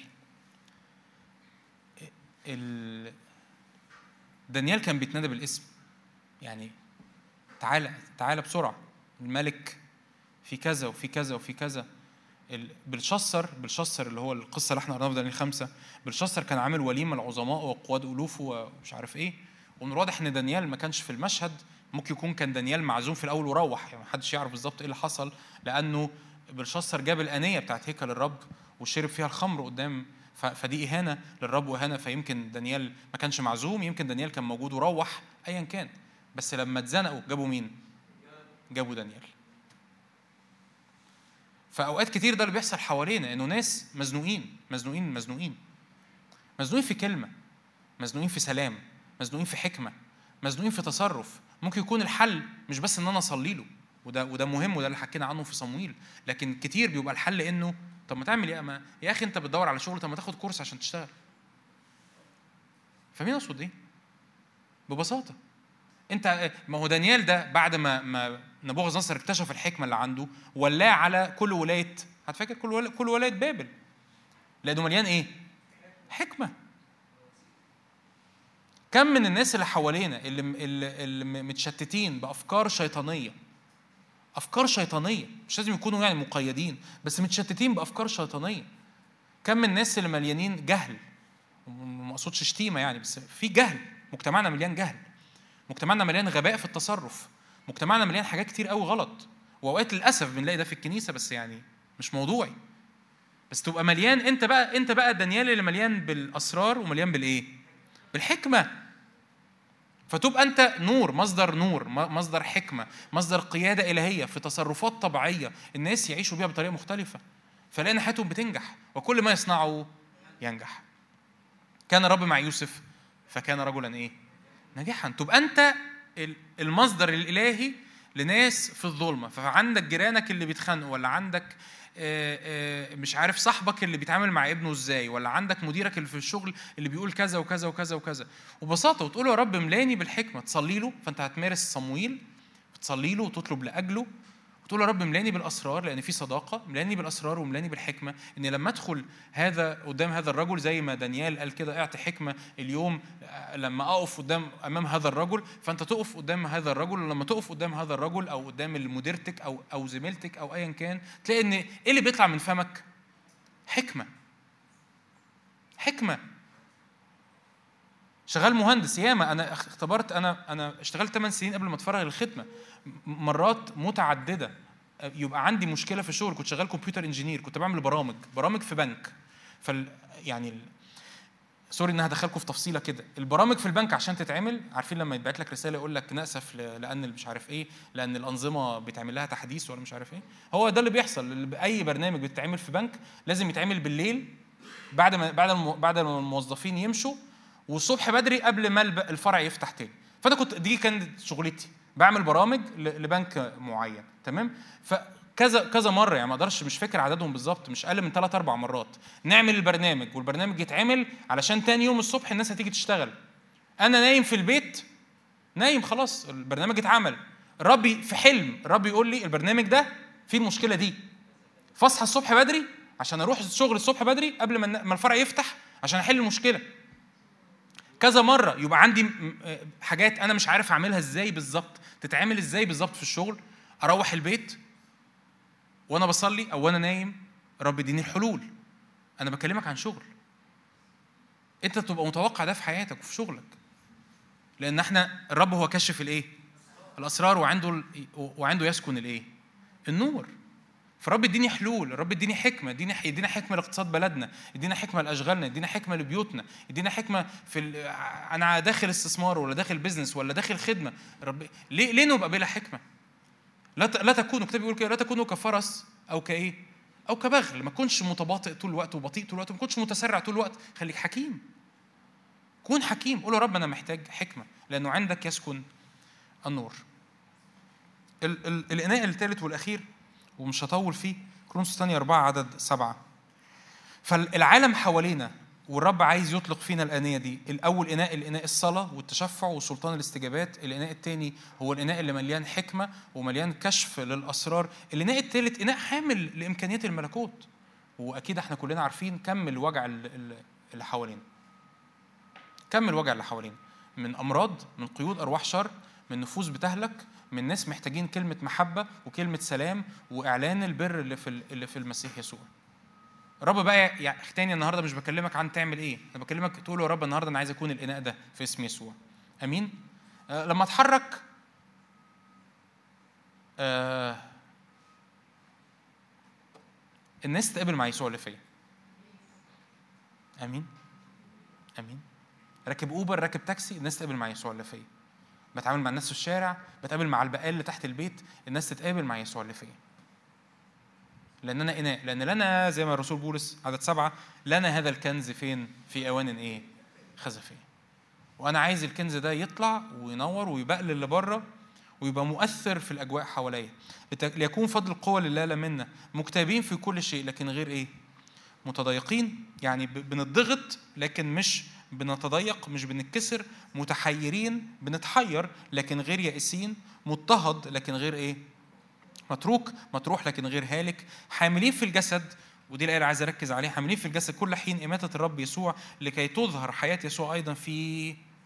دانيال كان بيتنادى بالاسم، يعني تعالى بسرعة، الملك في كذا وفي كذا وفي كذا. بلشسر اللي هو القصة اللي احنا قرأناها في دانيال 5، بلشسر كان عامل وليمة العظماء وقواد ألوفه ومش عارف ايه. ومن واضح ان دانيال ما كانش في المشهد. ممكن يكون كان دانيال معزوم في الأول وروح، يعني محدش يعرف بالظبط ايه اللي حصل، لأنه بلشسر جاب الآنية بتاعت هيكل الرب وشرب فيها الخمر قدام، فدي إهانة للرب وإهانة. فيمكن دانيال ما كانش معزوم، يمكن دانيال كان موجود وروح، أيا كان. بس لما اتزنقوا جابوا مين؟ جابوا دانيال. فأوقات كتير ده اللي بيحصل حوالينا، إنه ناس مزنوقين مزنوقين مزنوقين مزنوقين في كلمة، مزنوقين في سلام، مزنوقين في حكمة، مزنوقين في تصرف. ممكن يكون الحل مش بس إن أنا أصلي له، وده مهم، وده اللي حكينا عنه في صمويل. لكن كتير بيبقى الحل إنه طب ما تعمل إيه؟ يا أخي أنت بتدور على شغل، طب ما تاخد كورس عشان تشتغل. فمين أقصد إيه؟ ببساطة انت، ما هو دانيال ده بعد ما نبوخذ نصر اكتشف الحكمه اللي عنده، ولاه على كل ولايه، هتفكر كل ولايه بابل، لانه مليان ايه؟ حكمه. كم من الناس اللي حوالينا اللي متشتتين بأفكار شيطانية، أفكار شيطانية، مش لازم يكونوا يعني مقيدين، بس متشتتين بأفكار شيطانية. كم من الناس اللي مليانين جهل، وما أقصدش شتيمة يعني، بس في جهل. مجتمعنا مليان جهل، مجتمعنا مليان غباء في التصرف، مجتمعنا مليان حاجات كتير قوي غلط. وأوقات للأسف بنلاقي ده في الكنيسة، بس يعني مش موضوعي. بس تبقى مليان انت بقى دانيال اللي مليان بالأسرار ومليان بالإيه؟ بالحكمة. فتبقى أنت نور، مصدر حكمة، مصدر قيادة إلهية في تصرفات طبيعية الناس يعيشوا بيها بطريقة مختلفة، فلأن حياتهم بتنجح وكل ما يصنعوا ينجح. كان الرب مع يوسف فكان رجلا إيه؟ ناجحا. تبقى أنت المصدر الإلهي لناس في الظلمة. فعندك جيرانك اللي بيتخانقوا، ولا عندك مش عارف صاحبك اللي بيتعامل مع ابنه ازاي، ولا عندك مديرك اللي في الشغل اللي بيقول كذا وكذا وكذا وكذا، وببساطه وتقول له يا رب ملاني بالحكمه. تصلي له، فانت هتمارس صمويل، تصلي له وتطلب لاجله، وتقول له يا رب ملاني بالاسرار، لان في صداقه، ملاني بالاسرار وملاني بالحكمه، ان لما ادخل قدام هذا الرجل زي ما دانيال قال كده، اعطي حكمه اليوم لما اقف امام هذا الرجل. فانت تقف قدام هذا الرجل، ولما تقف قدام هذا الرجل او قدام مديرتك او زميلتك او ايا كان، تلاقي ان ايه اللي بيطلع من فمك؟ حكمه. شغال مهندس ياما، انا اختبرت، انا اشتغلت 8 سنين قبل ما اتفرغ للخدمه، مرات متعدده يبقى عندي مشكله في الشغل. كنت شغال كمبيوتر انجينير، كنت بعمل برامج في بنك. يعني سوري ان هدخلكم في تفصيله كده. البرامج في البنك عشان تتعمل، عارفين لما يتبعت لك رساله يقول لك ناسف لان مش عارف ايه، لان الانظمه بيتعمل لها تحديث ولا مش عارف ايه. هو ده اللي بيحصل. اي برنامج بيتعمل في بنك لازم يتعمل بالليل بعد ما الموظفين يمشوا، والصبح بدري قبل ما الفرع يفتح تاني. فانا دي كانت شغلتي، بعمل برامج لبنك معين، تمام. كذا مره، يعني ما اقدرش، مش فاكر عددهم بالظبط، مش اقل من 3-4 مرات نعمل البرنامج، والبرنامج يتعمل علشان تاني يوم الصبح الناس هتيجي تشتغل. انا نايم في البيت، نايم خلاص، البرنامج اتعمل. في حلم الرب يقول لي البرنامج ده فيه المشكله دي، فاصحى الصبح بدري عشان اروح الشغل الصبح بدري قبل ما الفرع يفتح عشان احل المشكله. كذا مره يبقى عندي حاجات انا مش عارف اعملها ازاي بالظبط، تتعمل ازاي بالظبط في الشغل، اروح البيت وانا بصلي او وانا نايم، رب اديني الحلول. انا بكلمك عن شغل، انت تبقى متوقع ده في حياتك وفي شغلك، لان الرب هو كشف الايه؟ الاسرار، وعنده يسكن الايه؟ النور. فرب اديني حلول، الرب اديني حكمه، ادينا حكمه لاقتصاد بلدنا، ادينا حكمه لاشغالنا، ادينا حكمه لبيوتنا، ادينا حكمه انا داخل استثمار ولا داخل بيزنس ولا داخل خدمه. رب ليه نبقى بلا حكمه؟ لا تكونوا، الكتاب بيقول كده، لا تكونوا كفرس او كايه او كبغل. ما تكونش متباطئ طول الوقت وبطيء طول الوقت، ما تكونش متسرع طول الوقت، خليك حكيم. كون حكيم، قول يا رب انا محتاج حكمه، لانه عندك يسكن النور. الإناء الثالث والاخير ومش هطول فيه، كورنثوس الثانية 4:7. فالعالم حوالينا والرب عايز يطلق فينا الآنية دي. الأول الإناء الصلاة والتشفع وسلطان الاستجابات. الإناء الثاني هو الإناء اللي مليان حكمة ومليان كشف للأسرار. الإناء الثالث إناء حامل لإمكانيات الملكوت. وأكيد احنا كلنا عارفين كم الوجع اللي حوالينا، كم الوجع اللي حوالينا، من أمراض، من قيود أرواح شر، من نفوس بتهلك، من ناس محتاجين كلمة محبة وكلمة سلام وإعلان البر اللي في المسيح يسوع. رب بقى يعني تاني النهارده مش بكلمك عن تعمل ايه، انا بكلمك تقول له يا رب النهارده انا عايز اكون الاناء ده في اسم يسوع. امين. لما اتحرك الناس تقابل مع يسوع اللي فيا. امين. راكب اوبر، راكب تاكسي، الناس تقابل مع يسوع اللي فيا. بتعامل مع الناس في الشارع، بتقابل مع البقال اللي تحت البيت، الناس تتقابل مع يسوع اللي فيا. لأن أنا إناء، لأن لنا زي ما الرسول بولس عدد 7 لنا هذا الكنز فين؟ في أوان إيه؟ خزفية. وأنا عايز الكنز ده يطلع وينور ويبقل اللي بره ويبقى مؤثر في الأجواء حواليا، ليكون فضل القوة لله لا منا، مكتابين في كل شيء لكن غير إيه؟ متضايقين. يعني بنضغط لكن مش بنتضايق، مش بنتكسر، متحيرين بنتحير لكن غير يائسين، مضطهد لكن غير إيه؟ مطروح لكن غير هالك، حاملين في الجسد، ودي الآية اللي عايز أركز عليها، حاملين في الجسد كل حين إماتة الرب يسوع لكي تظهر حياة يسوع أيضا في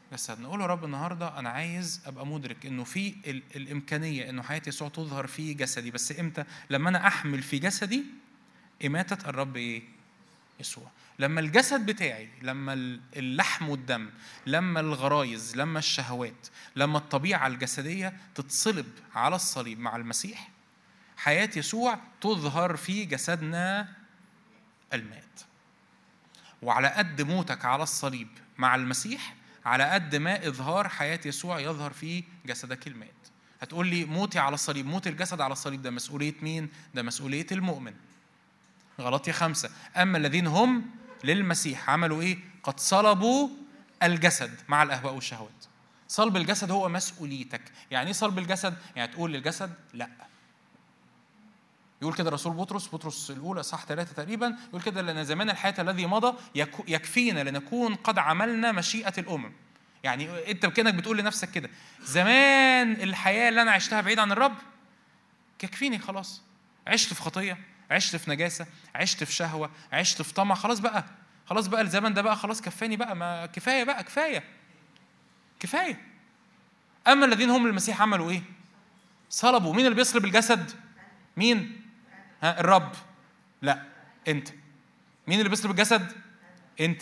جسدنا. نقول له رب النهارده انا عايز ابقى مدرك انه في الامكانيه انه حياه يسوع تظهر في جسدي، بس امتى؟ لما انا احمل في جسدي اماته الرب ايه؟ يسوع. لما الجسد بتاعي، لما اللحم والدم، لما الغرايز، لما الشهوات، لما الطبيعه الجسديه تتصلب على الصليب مع المسيح، حياه يسوع تظهر في جسدنا المات. وعلى قد موتك على الصليب مع المسيح، على قد ما إظهار حياة يسوع يظهر في جسدك المات. هتقول لي موتي على الصليب، موت الجسد على الصليب ده مسؤولية مين؟ ده مسؤولية المؤمن. غلطية 5: أما الذين هم للمسيح عملوا إيه؟ قد صلبوا الجسد مع الأهواء والشهوات. صلب الجسد هو مسؤوليتك. يعني إيه صلب الجسد؟ يعني تقول للجسد لأ. يقول كده رسول بطرس الأولى صح 3 تقريبا، يقول كده: لأن زمان الحياة الذي مضى يكفينا لنكون قد عملنا مشيئة الأمم. يعني أنت كأنك بتقول لنفسك كده: زمان الحياة اللي أنا عشتها بعيد عن الرب يكفيني خلاص. عشت في خطية، عشت في نجاسة، عشت في شهوة، عشت في طمع، خلاص بقى الزمن ده بقى خلاص كفاني بقى، ما كفاية بقى، كفاية. أما الذين هم للمسيح عملوا إيه؟ صلبوا. مين اللي بيصلب الجسد؟ مين؟ الرب؟ لا، انت. مين اللي بيصلب الجسد؟ انت.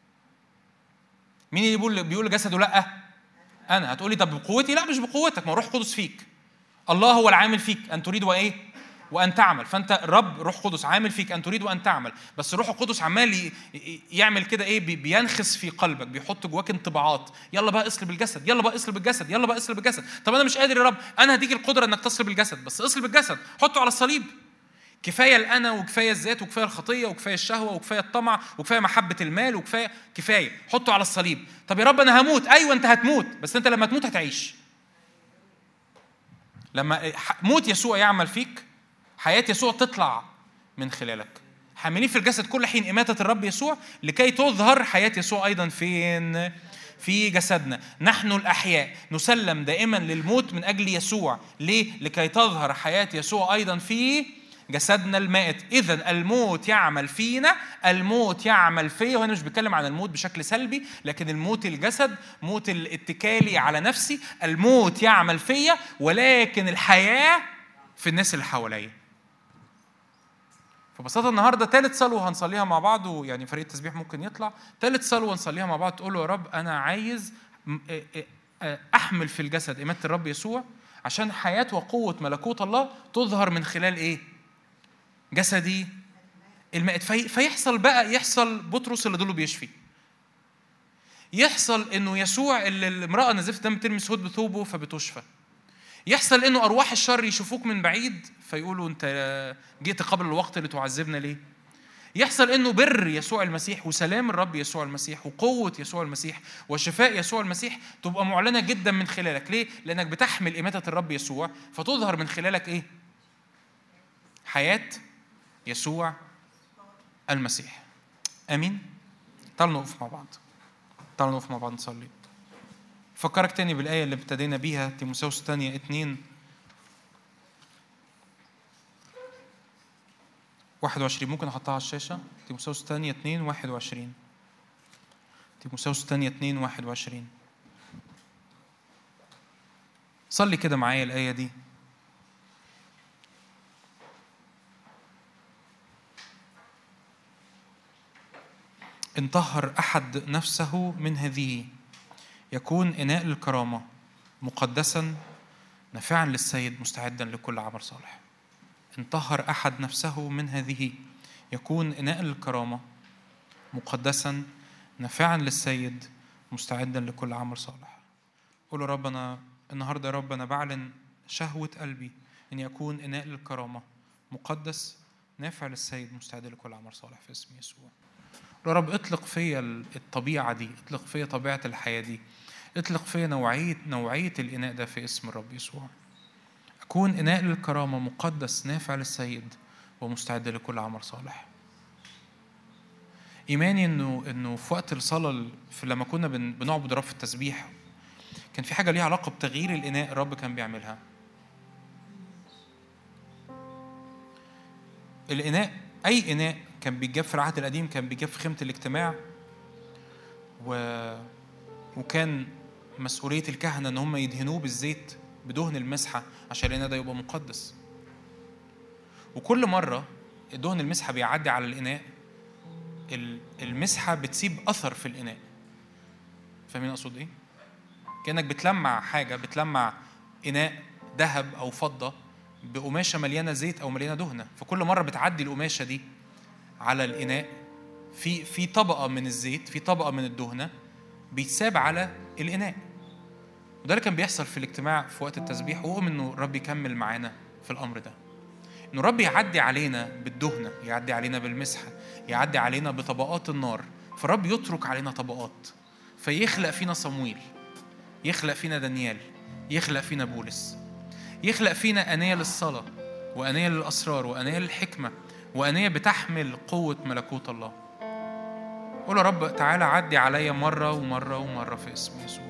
مين اللي بيقول الجسد لا؟ انا. هتقولي طب بقوتي؟ لا، مش بقوتك، ما روح قدس فيك. الله هو العامل فيك ان تريد وايه؟ وان تعمل. فانت الرب روح قدس عامل فيك ان تريد وان تعمل، بس روح القدس عمال يعمل كده ايه؟ بينخس في قلبك، بيحط جواك انطباعات: يلا بقى اصلب الجسد، يلا بقى اصلب الجسد، يلا بقى اصلب الجسد. طب انا مش قادر يا رب. انا هديك القدره انك تصلب الجسد، بس اصلب الجسد، حطه على الصليب. كفايه الانا، وكفايه الذات، وكفايه الخطيه، وكفايه الشهوه، وكفايه الطمع، وكفايه محبه المال، كفايه حطه على الصليب. طب يا رب انا هموت. ايوه انت هتموت، بس انت لما تموت هتعيش. لما موت يسوع يعمل فيك، حياه يسوع تطلع من خلالك. حاملين في الجسد كل حين إماتة الرب يسوع لكي تظهر حياة يسوع أيضا فين؟ في جسدنا. نحن الأحياء نسلم دائما للموت من أجل يسوع. ليه؟ لكي تظهر حياة يسوع أيضا في جسدنا المائت. إذن الموت يعمل فينا، الموت يعمل فيه. وأنا مش بتكلم عن الموت بشكل سلبي، لكن الموت الجسد، موت الاتكالي على نفسي. الموت يعمل فيا، ولكن الحياة في الناس اللي حواليا. فبساطة النهاردة ثالث صلوة هنصليها مع بعض، ويعني فريق التسبيح ممكن يطلع. ثالث صلوة نصليها مع بعض، تقول له: يا رب أنا عايز أحمل في الجسد إماتة الرب يسوع، عشان حياة وقوة ملكوت الله تظهر من خلال إيه؟ جسدي المائت. فيحصل بقى، يحصل بطرس اللي دول بيشفي، يحصل إنه يسوع اللي الامرأة نزفت دم ترمي هود بثوبه فبتشفى، يحصل إنه أرواح الشر يشوفوك من بعيد فيقولوا: أنت جئت قبل الوقت اللي تعذبنا ليه؟ يحصل إنه بر يسوع المسيح وسلام الرب يسوع المسيح وقوة يسوع المسيح وشفاء يسوع المسيح تبقى معلنة جدا من خلالك. ليه؟ لأنك بتحمل إماتة الرب يسوع، فتظهر من خلالك إيه؟ حياة يسوع المسيح. آمين. تعالوا نقف مع بعض نصلي. فكرك تاني بالآية اللي ابتدينا بيها، تيموثاوس الثانية 2:21. ممكن أحطها على الشاشة؟ تيموثاوس الثانية 2:21. تيموثاوس الثانية 2:21. صلي كده معايا الآية دي. إن طهر أحد نفسه من هذه يكون إناء للكرامة مقدسا نافعا للسيد مستعدا لكل عمل صالح. إن طهر أحد نفسه من هذه يكون إناء للكرامة مقدسا نافعا للسيد مستعدا لكل عمل صالح. قولوا: ربنا النهاردة يا رب أنا بعلن شهوة قلبي أن يكون إناء للكرامة مقدس نافع للسيد مستعد لكل عمل صالح في اسم يسوع. يا رب اطلق فيا الطبيعة دي، اطلق فيا طبيعة الحياة دي، اطلق فيا نوعية الإناء ده في اسم الرب يسوع. أكون إناء للكرامة مقدس نافع للسيد ومستعد لكل عمل صالح. إيماني إنه في وقت الصلاة، لما كنا بنعبد الرب في التسبيح، كان في حاجة ليها علاقة بتغيير الإناء الرب كان بيعملها. الإناء، أي إناء كان بيتجاب في العهد القديم كان بيتجاب في خيمة الاجتماع، وكان مسؤولية الكهنة إن هم يدهنوه بالزيت بدهن المسحة عشان الإناء ده يبقى مقدس. وكل مرة دهن المسحة بيعدي على الإناء، المسحة بتسيب أثر في الإناء. فاهمين أقصد إيه؟ كأنك بتلمع حاجة، بتلمع إناء ذهب أو فضة بقماشة مليانة زيت أو مليانة دهنة، فكل مرة بتعدي القماشة دي على الإناء في طبقة من الزيت، في طبقة من الدهنة بيتساب على الإناء. وده اللي كان بيحصل في الاجتماع في وقت التسبيح، وأؤمن إنه الرب يكمل معانا في الأمر ده، إنه الرب يعدي علينا بالدهنة، يعدي علينا بالمسحة، يعدي علينا بطبقات النار. فالرب يترك علينا طبقات، فيخلق فينا صمويل، يخلق فينا دانيال، يخلق فينا بولس، يخلق فينا آنية للصلاة وآنية للأسرار وآنية للحكمة وآنية بتحمل قوة ملكوت الله. قول يا رب تعالى عدي عليا مرة ومرة ومرة في اسم يسوع.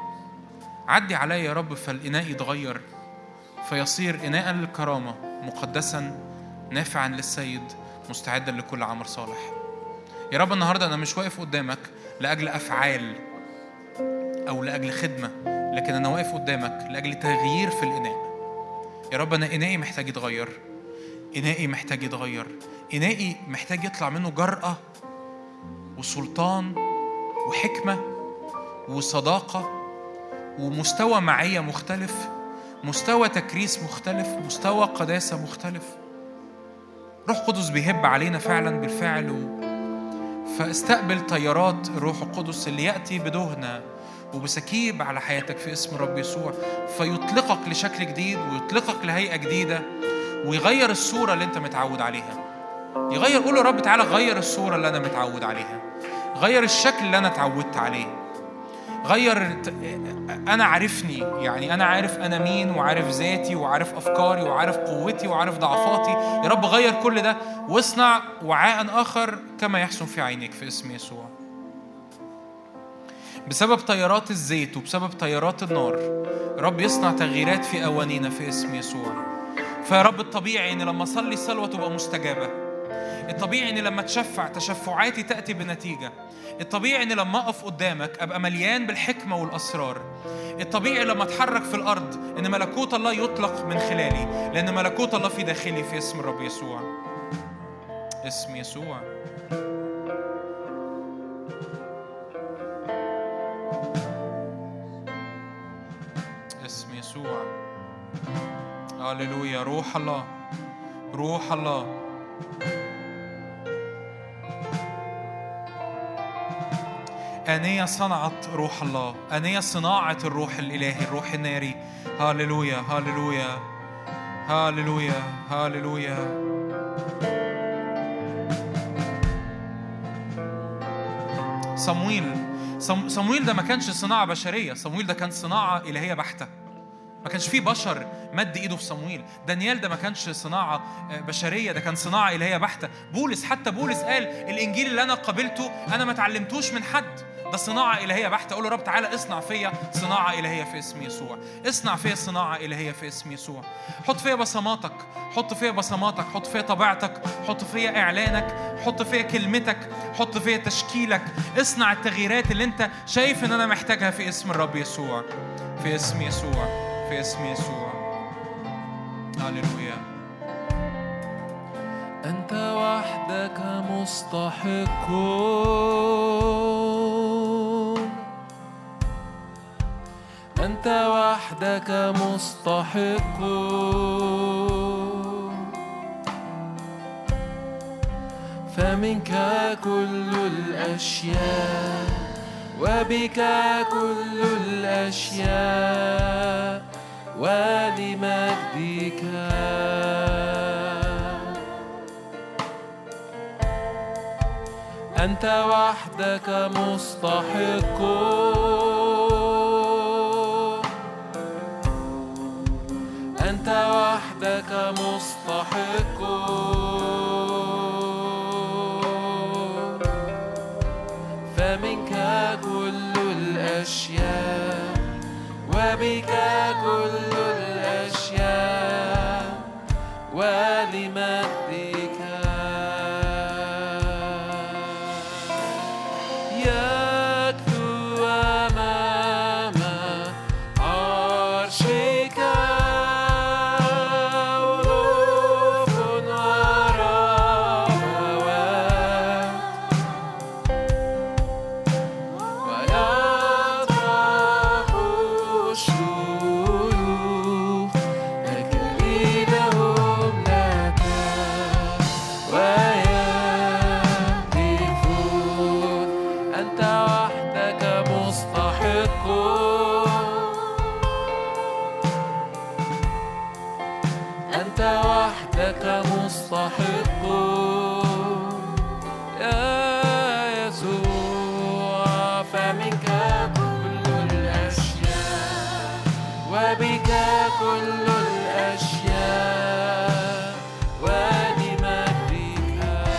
عدي عليا يا رب فالإناء يتغير، فيصير إناء للكرامة، مقدسا نافعا للسيد، مستعدا لكل عمل صالح. يا رب النهاردة أنا مش واقف قدامك لأجل أفعال أو لأجل خدمة، لكن أنا واقف قدامك لأجل تغيير في الإناء. يا رب أنا إنائي محتاج يتغير، إنائي محتاج يتغير، إنائي محتاج يطلع منه جرأة وسلطان وحكمة وصداقة ومستوى معية مختلف، مستوى تكريس مختلف، مستوى قداسة مختلف. روح قدس بيهب علينا فعلا بالفعل، فاستقبل طيارات الروح القدس اللي يأتي بدهنة وبسكيب على حياتك في اسم رب يسوع، فيطلقك لشكل جديد ويطلقك لهيئة جديدة ويغير الصورة اللي انت متعود عليها. يغير، قول يا رب تعالى غير الصورة اللي أنا متعود عليها، غير الشكل اللي أنا اتعودت عليه، غير أنا عارفني، يعني أنا عارف أنا مين وعارف ذاتي وعارف أفكاري وعارف قوتي وعارف ضعفاتي. يا رب غير كل ده واصنع وعاء آخر كما يحسن في عينيك في اسم يسوع. بسبب طيارات الزيت وبسبب طيارات النار رب يصنع تغييرات في أوانينا في اسم يسوع. فيا رب الطبيعي إن لما أصلي الصلوة تبقى مستجابة، الطبيعي إن لما تشفع تشفعاتي تأتي بنتيجة، الطبيعي إن لما أقف قدامك أبقى مليان بالحكمة والأسرار، الطبيعي لما أتحرك في الأرض إن ملكوت الله يطلق من خلالي، لأن ملكوت الله في داخلي في اسم الرب يسوع. اسم يسوع. اسم يسوع. هاليلويا. روح الله، روح الله. آنية صنعت روح الله، آنية صناعة الروح الإلهي، الروح الناري. هاليلويا هاليلويا هاليلويا هاليلويا. صمويل ده ما كانش صناعة بشرية، صمويل ده كان صناعة إلهية بحتة. ما كانش فيه بشر مد إيده في صمويل. دانيال ده ما كانش صناعة بشرية، ده كان صناعة إلهية بحتة. بولس، حتى بولس قال الإنجيل اللي أنا قبلته أنا ما تعلمتوش من حد، ده صناعة إلهية بحتة. أقول له رب تعالى اصنع فيا صناعة إلهية في اسم يسوع، اصنع فيا صناعة إلهية في اسم يسوع. حط فيا بصماتك، حط فيا بصماتك، حط فيا طبيعتك، حط فيا إعلانك، حط فيا كلمتك، حط فيا تشكيلك. اصنع التغييرات اللي انت شايف ان انا محتاجها في اسم الرب يسوع، في اسم يسوع، في اسم يسوع. هاليلويا. أنت وحدك مستحق، أنت وحدك مستحق، فمنك كل الأشياء وبك كل الأشياء ولمجدك. أنت وحدك مستحق، أنت وحدك مستحق، فمنك كل الأشياء وبك كل الأشياء ولمجدك. يكثر مستحق يا يسوع، فمنك كل الأشياء وبك كل الأشياء ولمجدك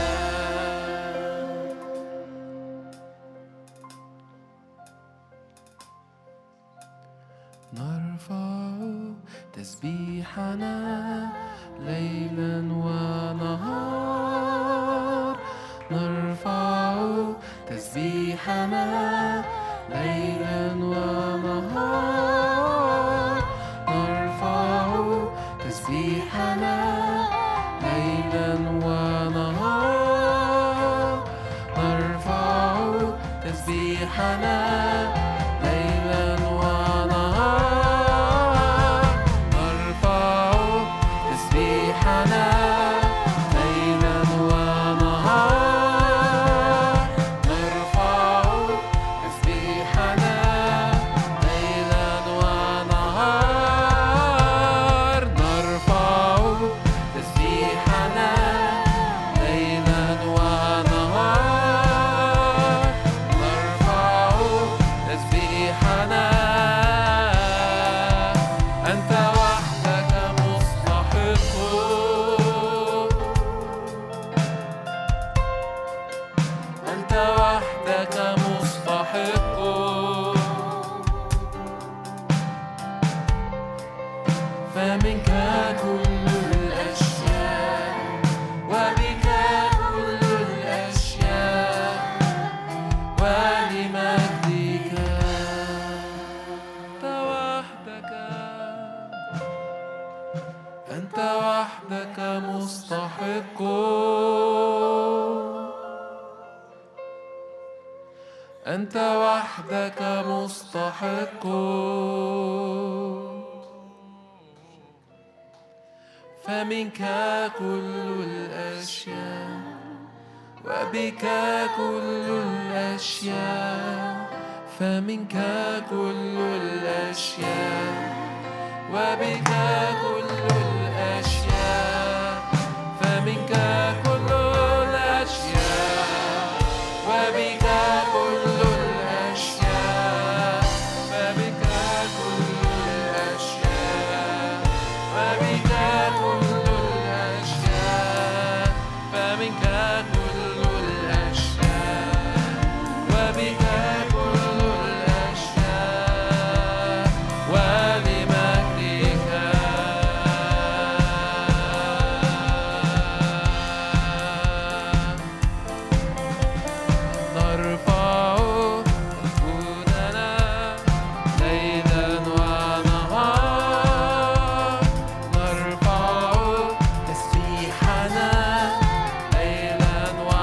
نرفع تسبيحنا ليلا ونهار، نرفع تسبيحنا ليلا ونهار، نرفع تسبيحنا ليلا ونهار، نرفع تسبيحنا ليلا ونهار، نرفع تسبيحنا ليلا ونهار، نرفع تسبيحنا ليلا ونهار، نرفع تسبيحنا ليلا ونهار، نرفع تسبيحنا. أنت وحدك مستحق، أنت وحدك مستحق، فمنك كل الأشياء وبك كل الأشياء ولمجدك أنت وحدك، أنت وحدك مستحق، أنت وحدك مستحق، فمنك كل الأشياء وبك كل الأشياء، فمنك كل الأشياء وبك كل الأشياء، فمنك كل الأشياء وبك كل الأشياء، فبك كل الأشياء وبك كل الأشياء، فمنك كل الأشياء وبك كل الأشياء ولمجدك نرفع جودنا ليلا ونهار، نرفع تسبيحنا ليلا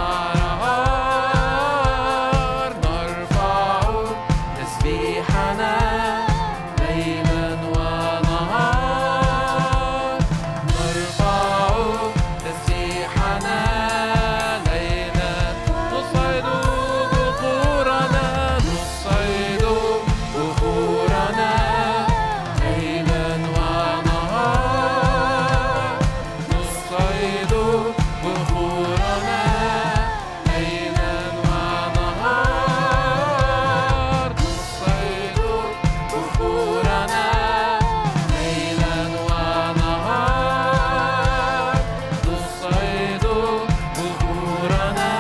ونهار، نرفع تسبيحنا ليلا ونهار، نرفع تسبيحنا ليلا نصعد بخورنا، نصعد بخورنا ليلا ونهار، نصعد بخورنا ليلا ونهار، نصعد بخورنا ليلا ونهار، نصعد بخورنا.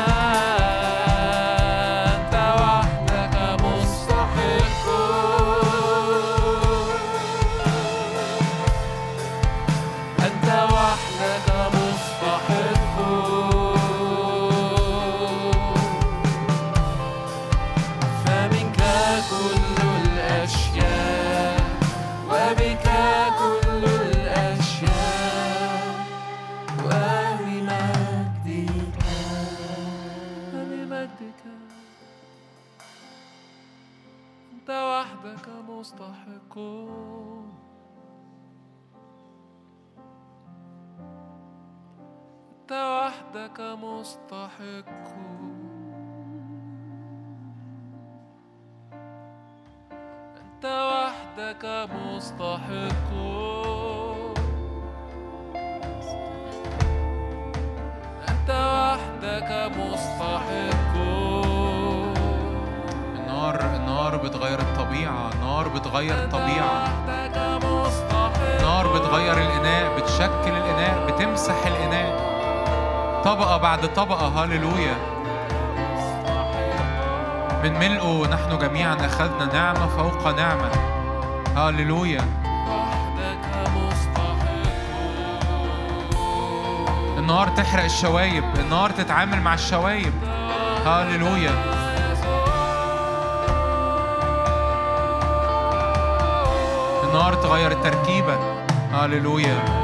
أنت وحدك مستحق، أنت وحدك مستحق، فمنك كل الأشياء وبك كل الأشياء ولمجدك ولمجدك أنت وحدك مستحق، أنت وحدك مستحق، أنت وحدك مستحق، وحدك مستحق. النار بتغير الطبيعة، نار بتغير الطبيعة، وحدك مستحق. نار بتغير الإناء، بتشكل الإناء، بتمسح الإناء طبقة بعد طبقة. هاليلويا. من ملئه نحن جميعا أخذنا نعمة فوق نعمة. هاليلويا. وحدك مستحق. النار تحرق الشوايب، النار تتعامل مع الشوايب. هاليلويا. النار تغير التركيبة. هاليلويا.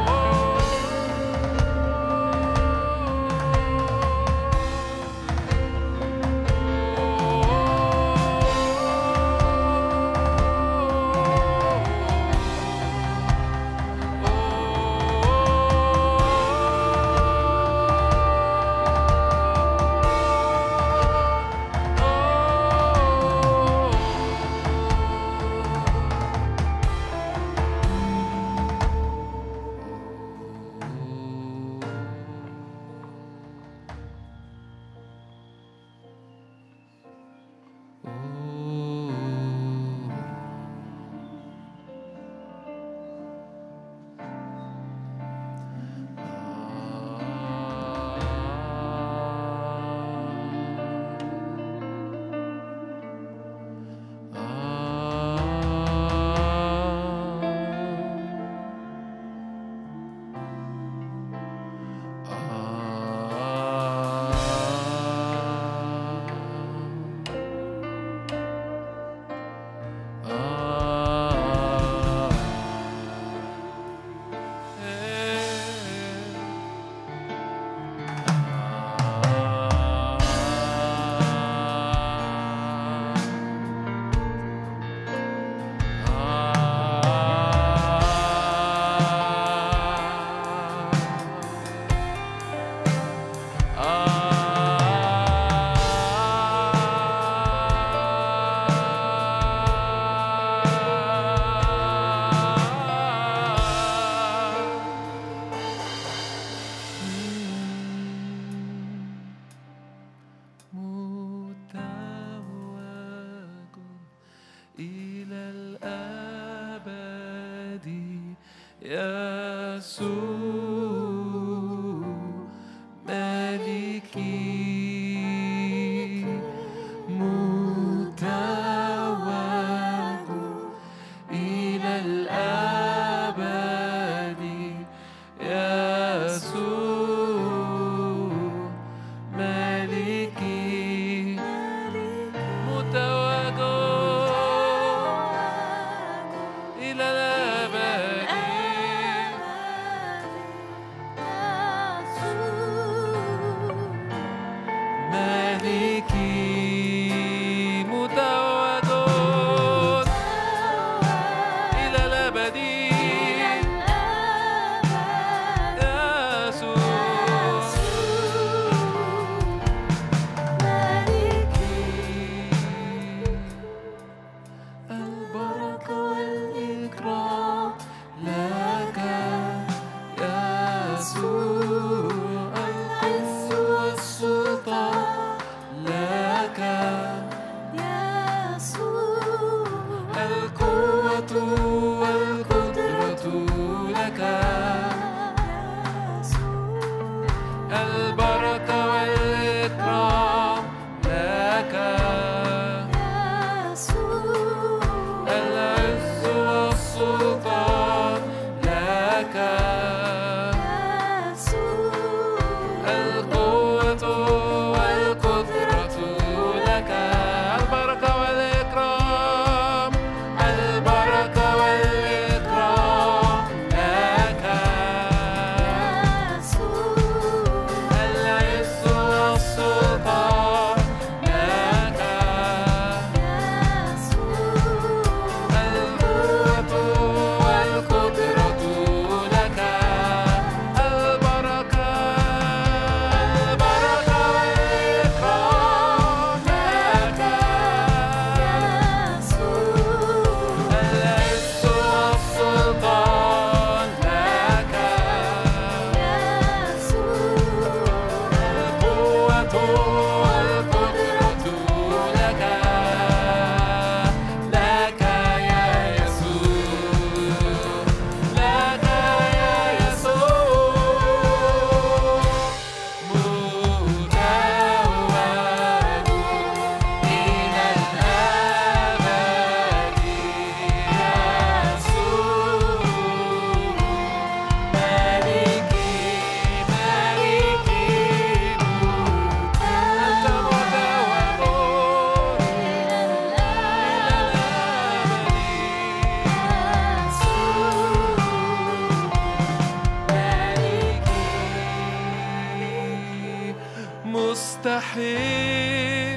مستحيل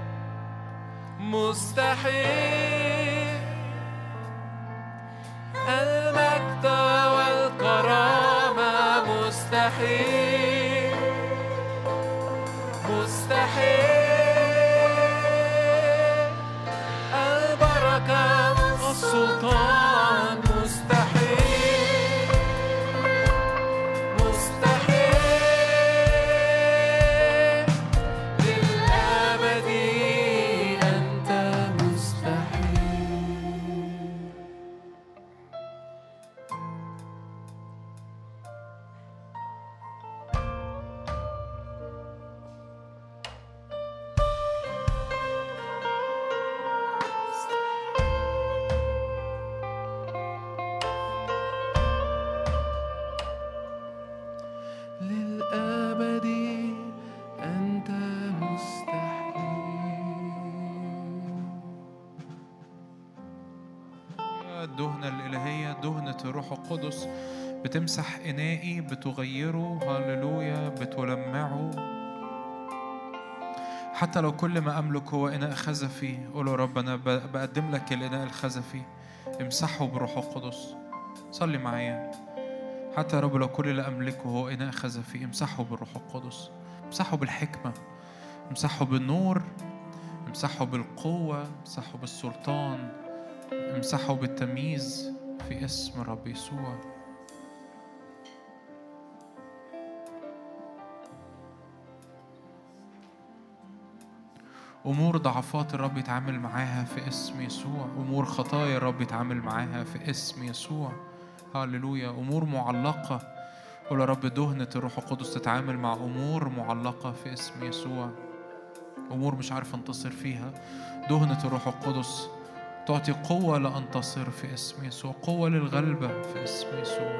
مستحيل المجد والكرامة مستحيل مستحيل البركة والسلطان مستحيل مستحيل للأبد أنت مستحيل. للأبد أنت مستحيل. الدهنة الإلهية، دهنة الروح القدس بتمسح إنائي، بتغيره، هللويا، بتلمعه. حتى لو كل ما أملك هو إناء خزفي، قول يا رب أنا بقدم لك الإناء الخزفي، امسحه بروح القدس. صلي معايا. حتى يا رب لو كل اللي أملكه هو إناء خزفي، امسحه بالروح القدس، امسحه بالحكمة، امسحه بالنور، امسحه بالقوة، امسحه بالسلطان، امسحه بالتمييز في اسم رب يسوع. أمور ضعفات الرب يتعامل معاها في اسم يسوع. أمور خطايا الرب يتعامل معاها في اسم يسوع. هاللويا. أمور معلقة، قول يا رب دهنة الروح القدس تتعامل مع أمور معلقة في اسم يسوع. أمور مش عارف أنتصر فيها، دهنة الروح القدس تعطي قوة لأنتصر في اسم يسوع، قوة للغلبة في اسم يسوع،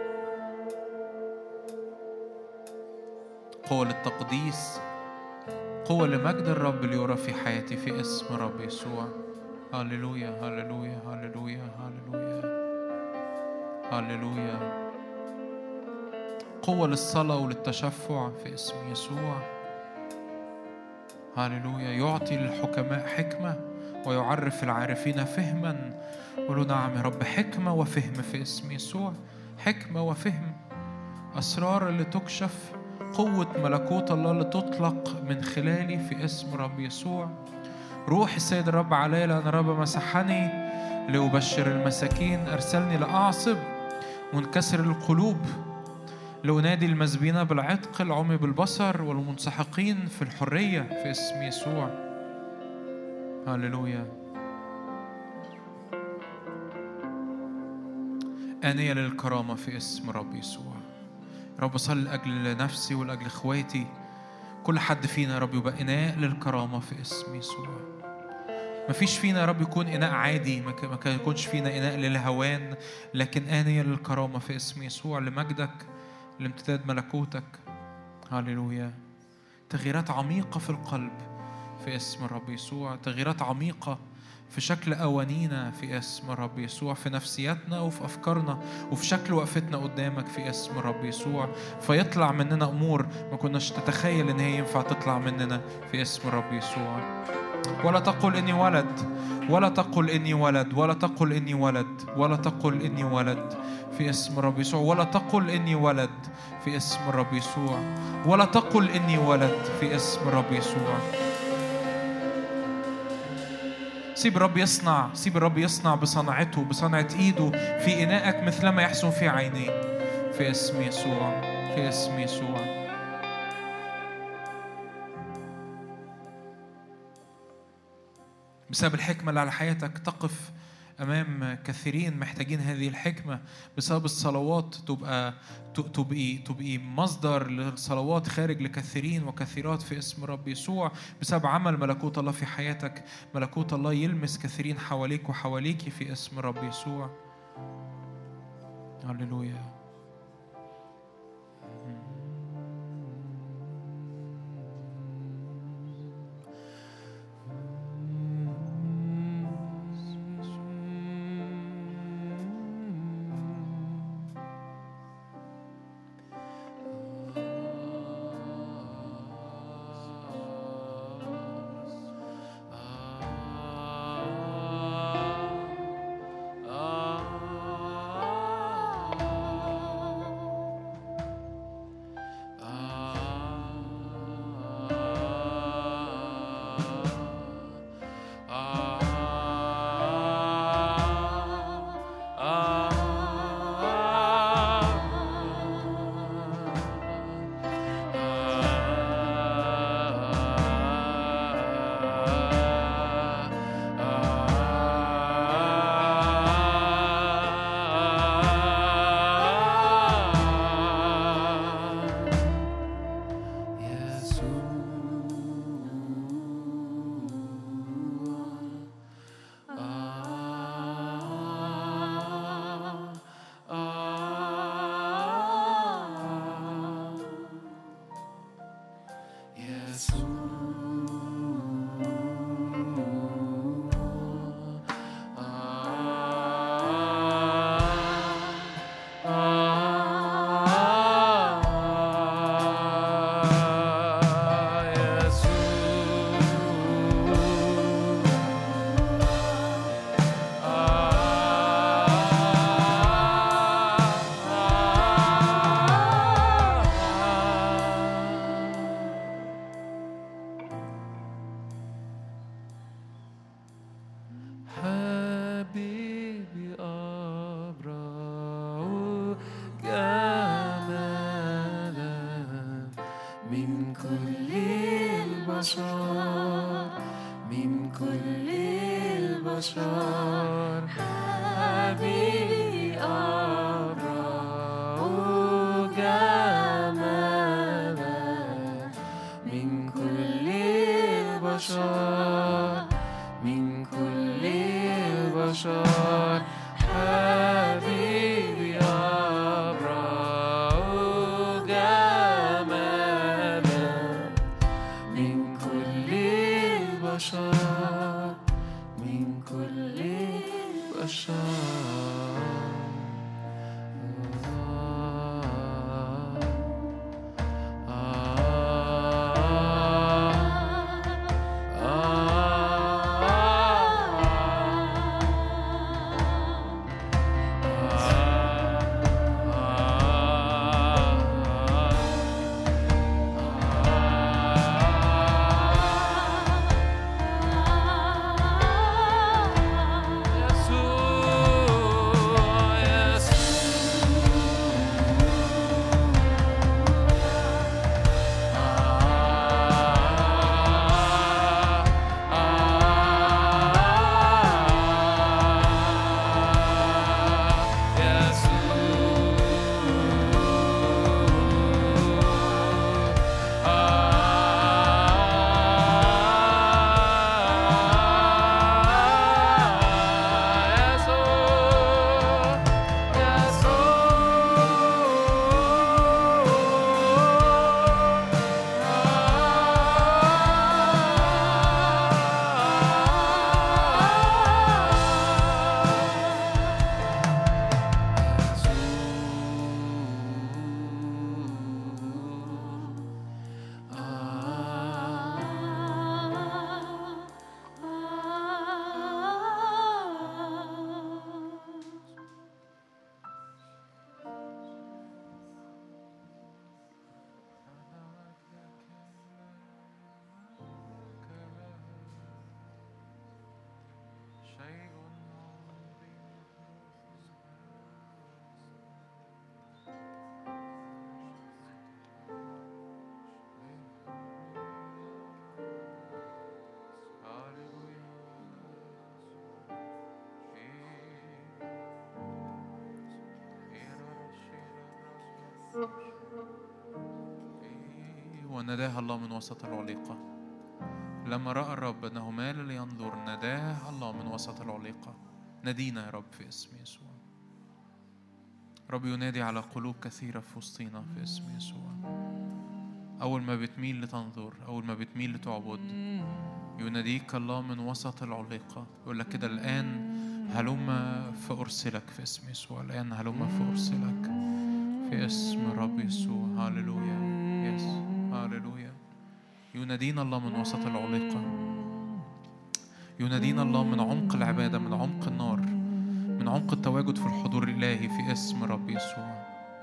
قوة للتقديس، قوة لمجد الرب ليرى في حياتي في اسم رب يسوع. هاللويا هاللويا هاللويا هاللويا هاللويا. قوة للصلاة وللتشفع في اسم يسوع. هاللويا. يعطي للحكماء حكمة ويعرف العارفين فهما. قولوا نعم يا رب، حكمة وفهم في اسم يسوع. حكمة وفهم، أسرار اللي تكشف، قوة ملكوت الله اللي تطلق من خلالي في اسم رب يسوع. روح السيد الرب علي، لأن الرب مسحني لأبشر المساكين، أرسلني لأعصب منكسر القلوب، لأنادي المسبين بالعتق، العمي بالبصر، والمنسحقين في الحرية في اسم يسوع. هاللويا. آنية للكرامة في اسم رب يسوع. رب صل لأجل نفسي ولأجل إخواتي، كل حد فينا يا رب يبقى إناء للكرامة في اسم يسوع. مفيش فينا يا رب يكون إناء عادي، ما يكونش فينا إناء للهوان، لكن آنية للكرامة في اسم يسوع، لمجدك، لامتداد ملكوتك. هاللويا. تغييرات عميقة في القلب في اسم الرب يسوع، تغييرات عميقة في شكل أوانينا في اسم الرب يسوع، في نفسياتنا وفي أفكارنا وفي شكل وقفتنا قدامك في اسم الرب يسوع، فيطلع مننا أمور ما كناش تتخيل إن هي ينفع تطلع مننا في اسم الرب يسوع. ولا تقل إني ولد، ولا تقل إني ولد، ولا تقل إني ولد، ولا تقل إني ولد في اسم الرب يسوع، ولا تقل إني ولد في اسم الرب يسوع، ولا تقل إني ولد في اسم الرب يسوع. سيب الرب يصنع، سيب الرب يصنع بصنعته، بصنعة إيده في إنائك مثلما يحسن في عينيه في اسم يسوع، في اسم يسوع. بسبب الحكمة اللي على حياتك تقف أمام كثيرين محتاجين هذه الحكمة. بسبب الصلوات تبقي مصدر للصلوات خارج لكثيرين وكثيرات في اسم رب يسوع. بسبب عمل ملكوت الله في حياتك، ملكوت الله يلمس كثيرين حواليك وحواليك في اسم رب يسوع. هللويا. حبيبي أبرأ جمالا من كل البشر، من كل البشر. حبيبي أبرأ جمالا من كل البشر، من كل البشر. حبيبي أبرأ جمالا من كل البشر، من كل البشر. وناداها الله من وسط العليقة. لما رأى الرب أنه مال لينظر ناداه الله من وسط العليقة. نادينا يا رب في اسم يسوع. رب ينادي على قلوب كثيرة في وسطينا في اسم يسوع. أول ما بتميل لتنظر، أول ما بتميل لتعبد، يناديك الله من وسط العليقة. يقول لك كده الآن هلم فأرسلك في اسم يسوع. الآن هلم فأرسلك في اسم الرب يسوع. هاليلويا. يس هاليلويا. ينادينا الله من وسط العليقة. ينادينا الله من عمق العبادة، من عمق النار، من عمق التواجد في الحضور الإلهي في اسم الرب يسوع.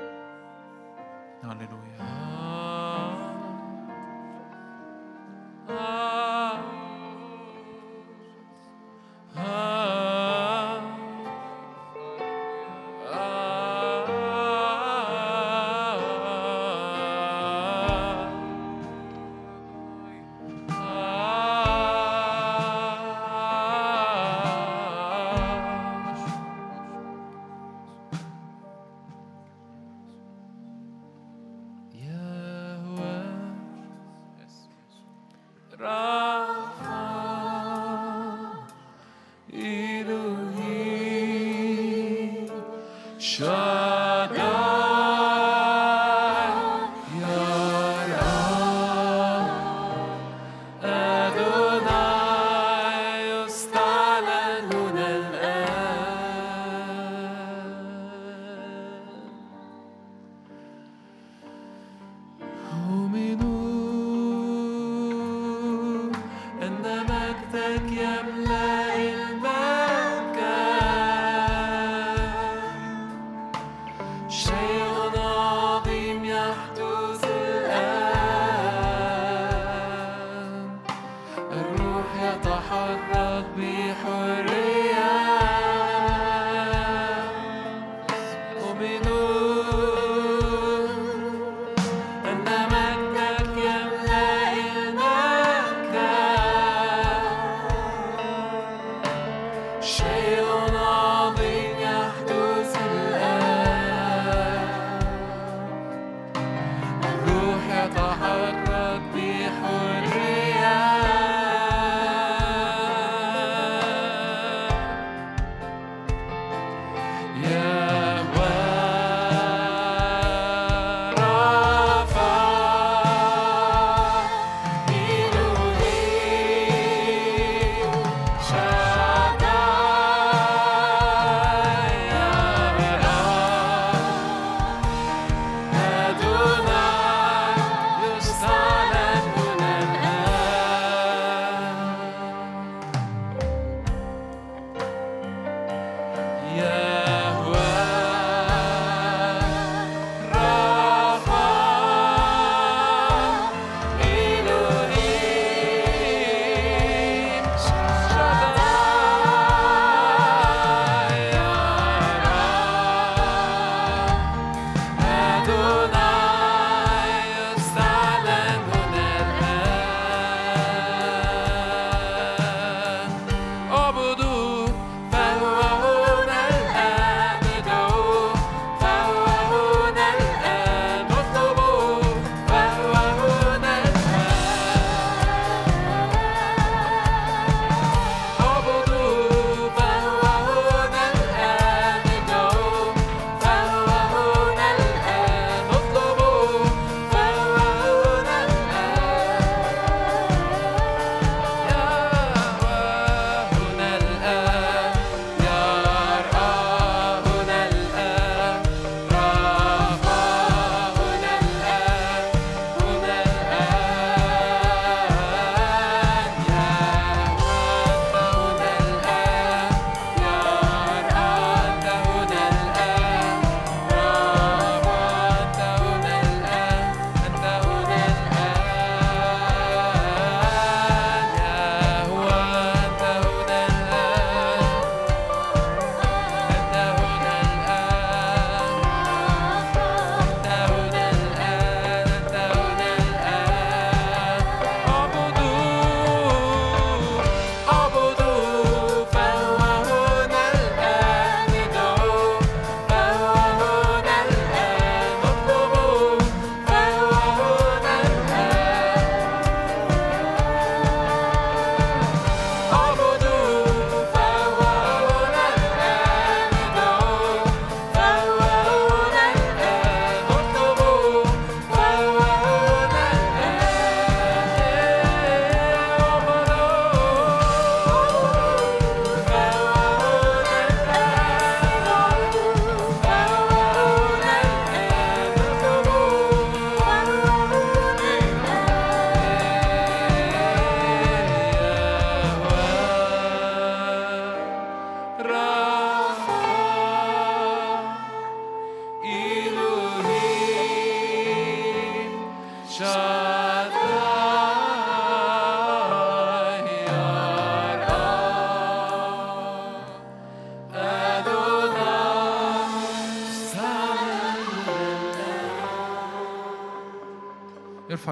هاليلويا.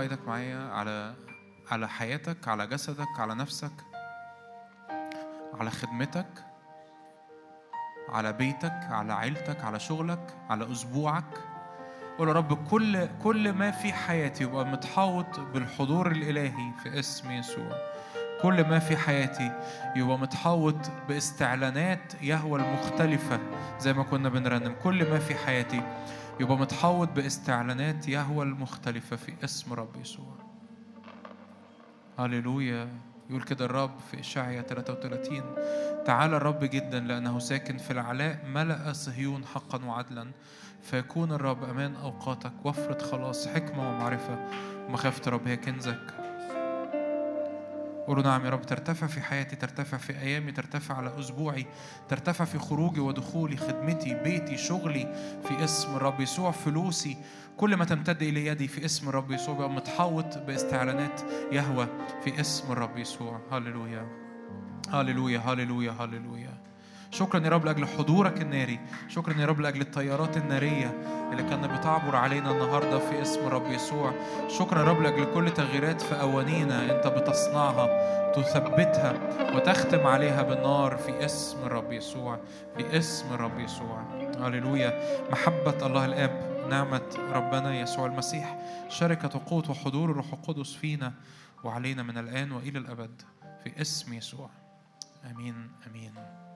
ارفع ايدك معايا على حياتك، على جسدك، على نفسك، على خدمتك، على بيتك، على عيلتك، على شغلك، على أسبوعك. قول يا رب كل ما في حياتي يبقى متحوط بالحضور الإلهي في اسم يسوع. كل ما في حياتي يبقى متحوط باستعلانات يهوه المختلفة زي ما كنا بنرنم. كل ما في حياتي يبقى متحوط باستعلانات يهوه المختلفة في اسم رب يسوع. هللويا. يقول كده الرب في إشعياء 33: تعالى الرب جدا لأنه ساكن في العلاء، ملأ صهيون حقا وعدلا. فيكون الرب أمان أوقاتك، وفرة خلاص، حكمة ومعرفة ومخافة رب هي كنزك. قولوا نعم يا رب. ترتفع في حياتي، ترتفع في أيامي، ترتفع على أسبوعي، ترتفع في خروجي ودخولي، خدمتي، بيتي، شغلي في اسم الرب يسوع. فلوسي، كل ما تمتد إلى يدي في اسم الرب يسوع بقى متحوط باستعلانات يهوه في اسم الرب يسوع. هللويا هللويا هللويا هللويا. شكرا يا رب لأجل حضورك الناري. شكرا يا رب لأجل الطيارات النارية اللي كانت بتعبر علينا النهاردة في اسم رب يسوع. شكرا يا رب لأجل كل تغييرات في أوانينا أنت بتصنعها، تثبتها وتختم عليها بالنار في اسم رب يسوع. في اسم رب يسوع. هللويا. محبة الله الآب، نعمة ربنا يسوع المسيح، شركة وقوة وحضور الروح القدس فينا وعلينا من الآن وإلى الأبد في اسم يسوع. آمين آمين.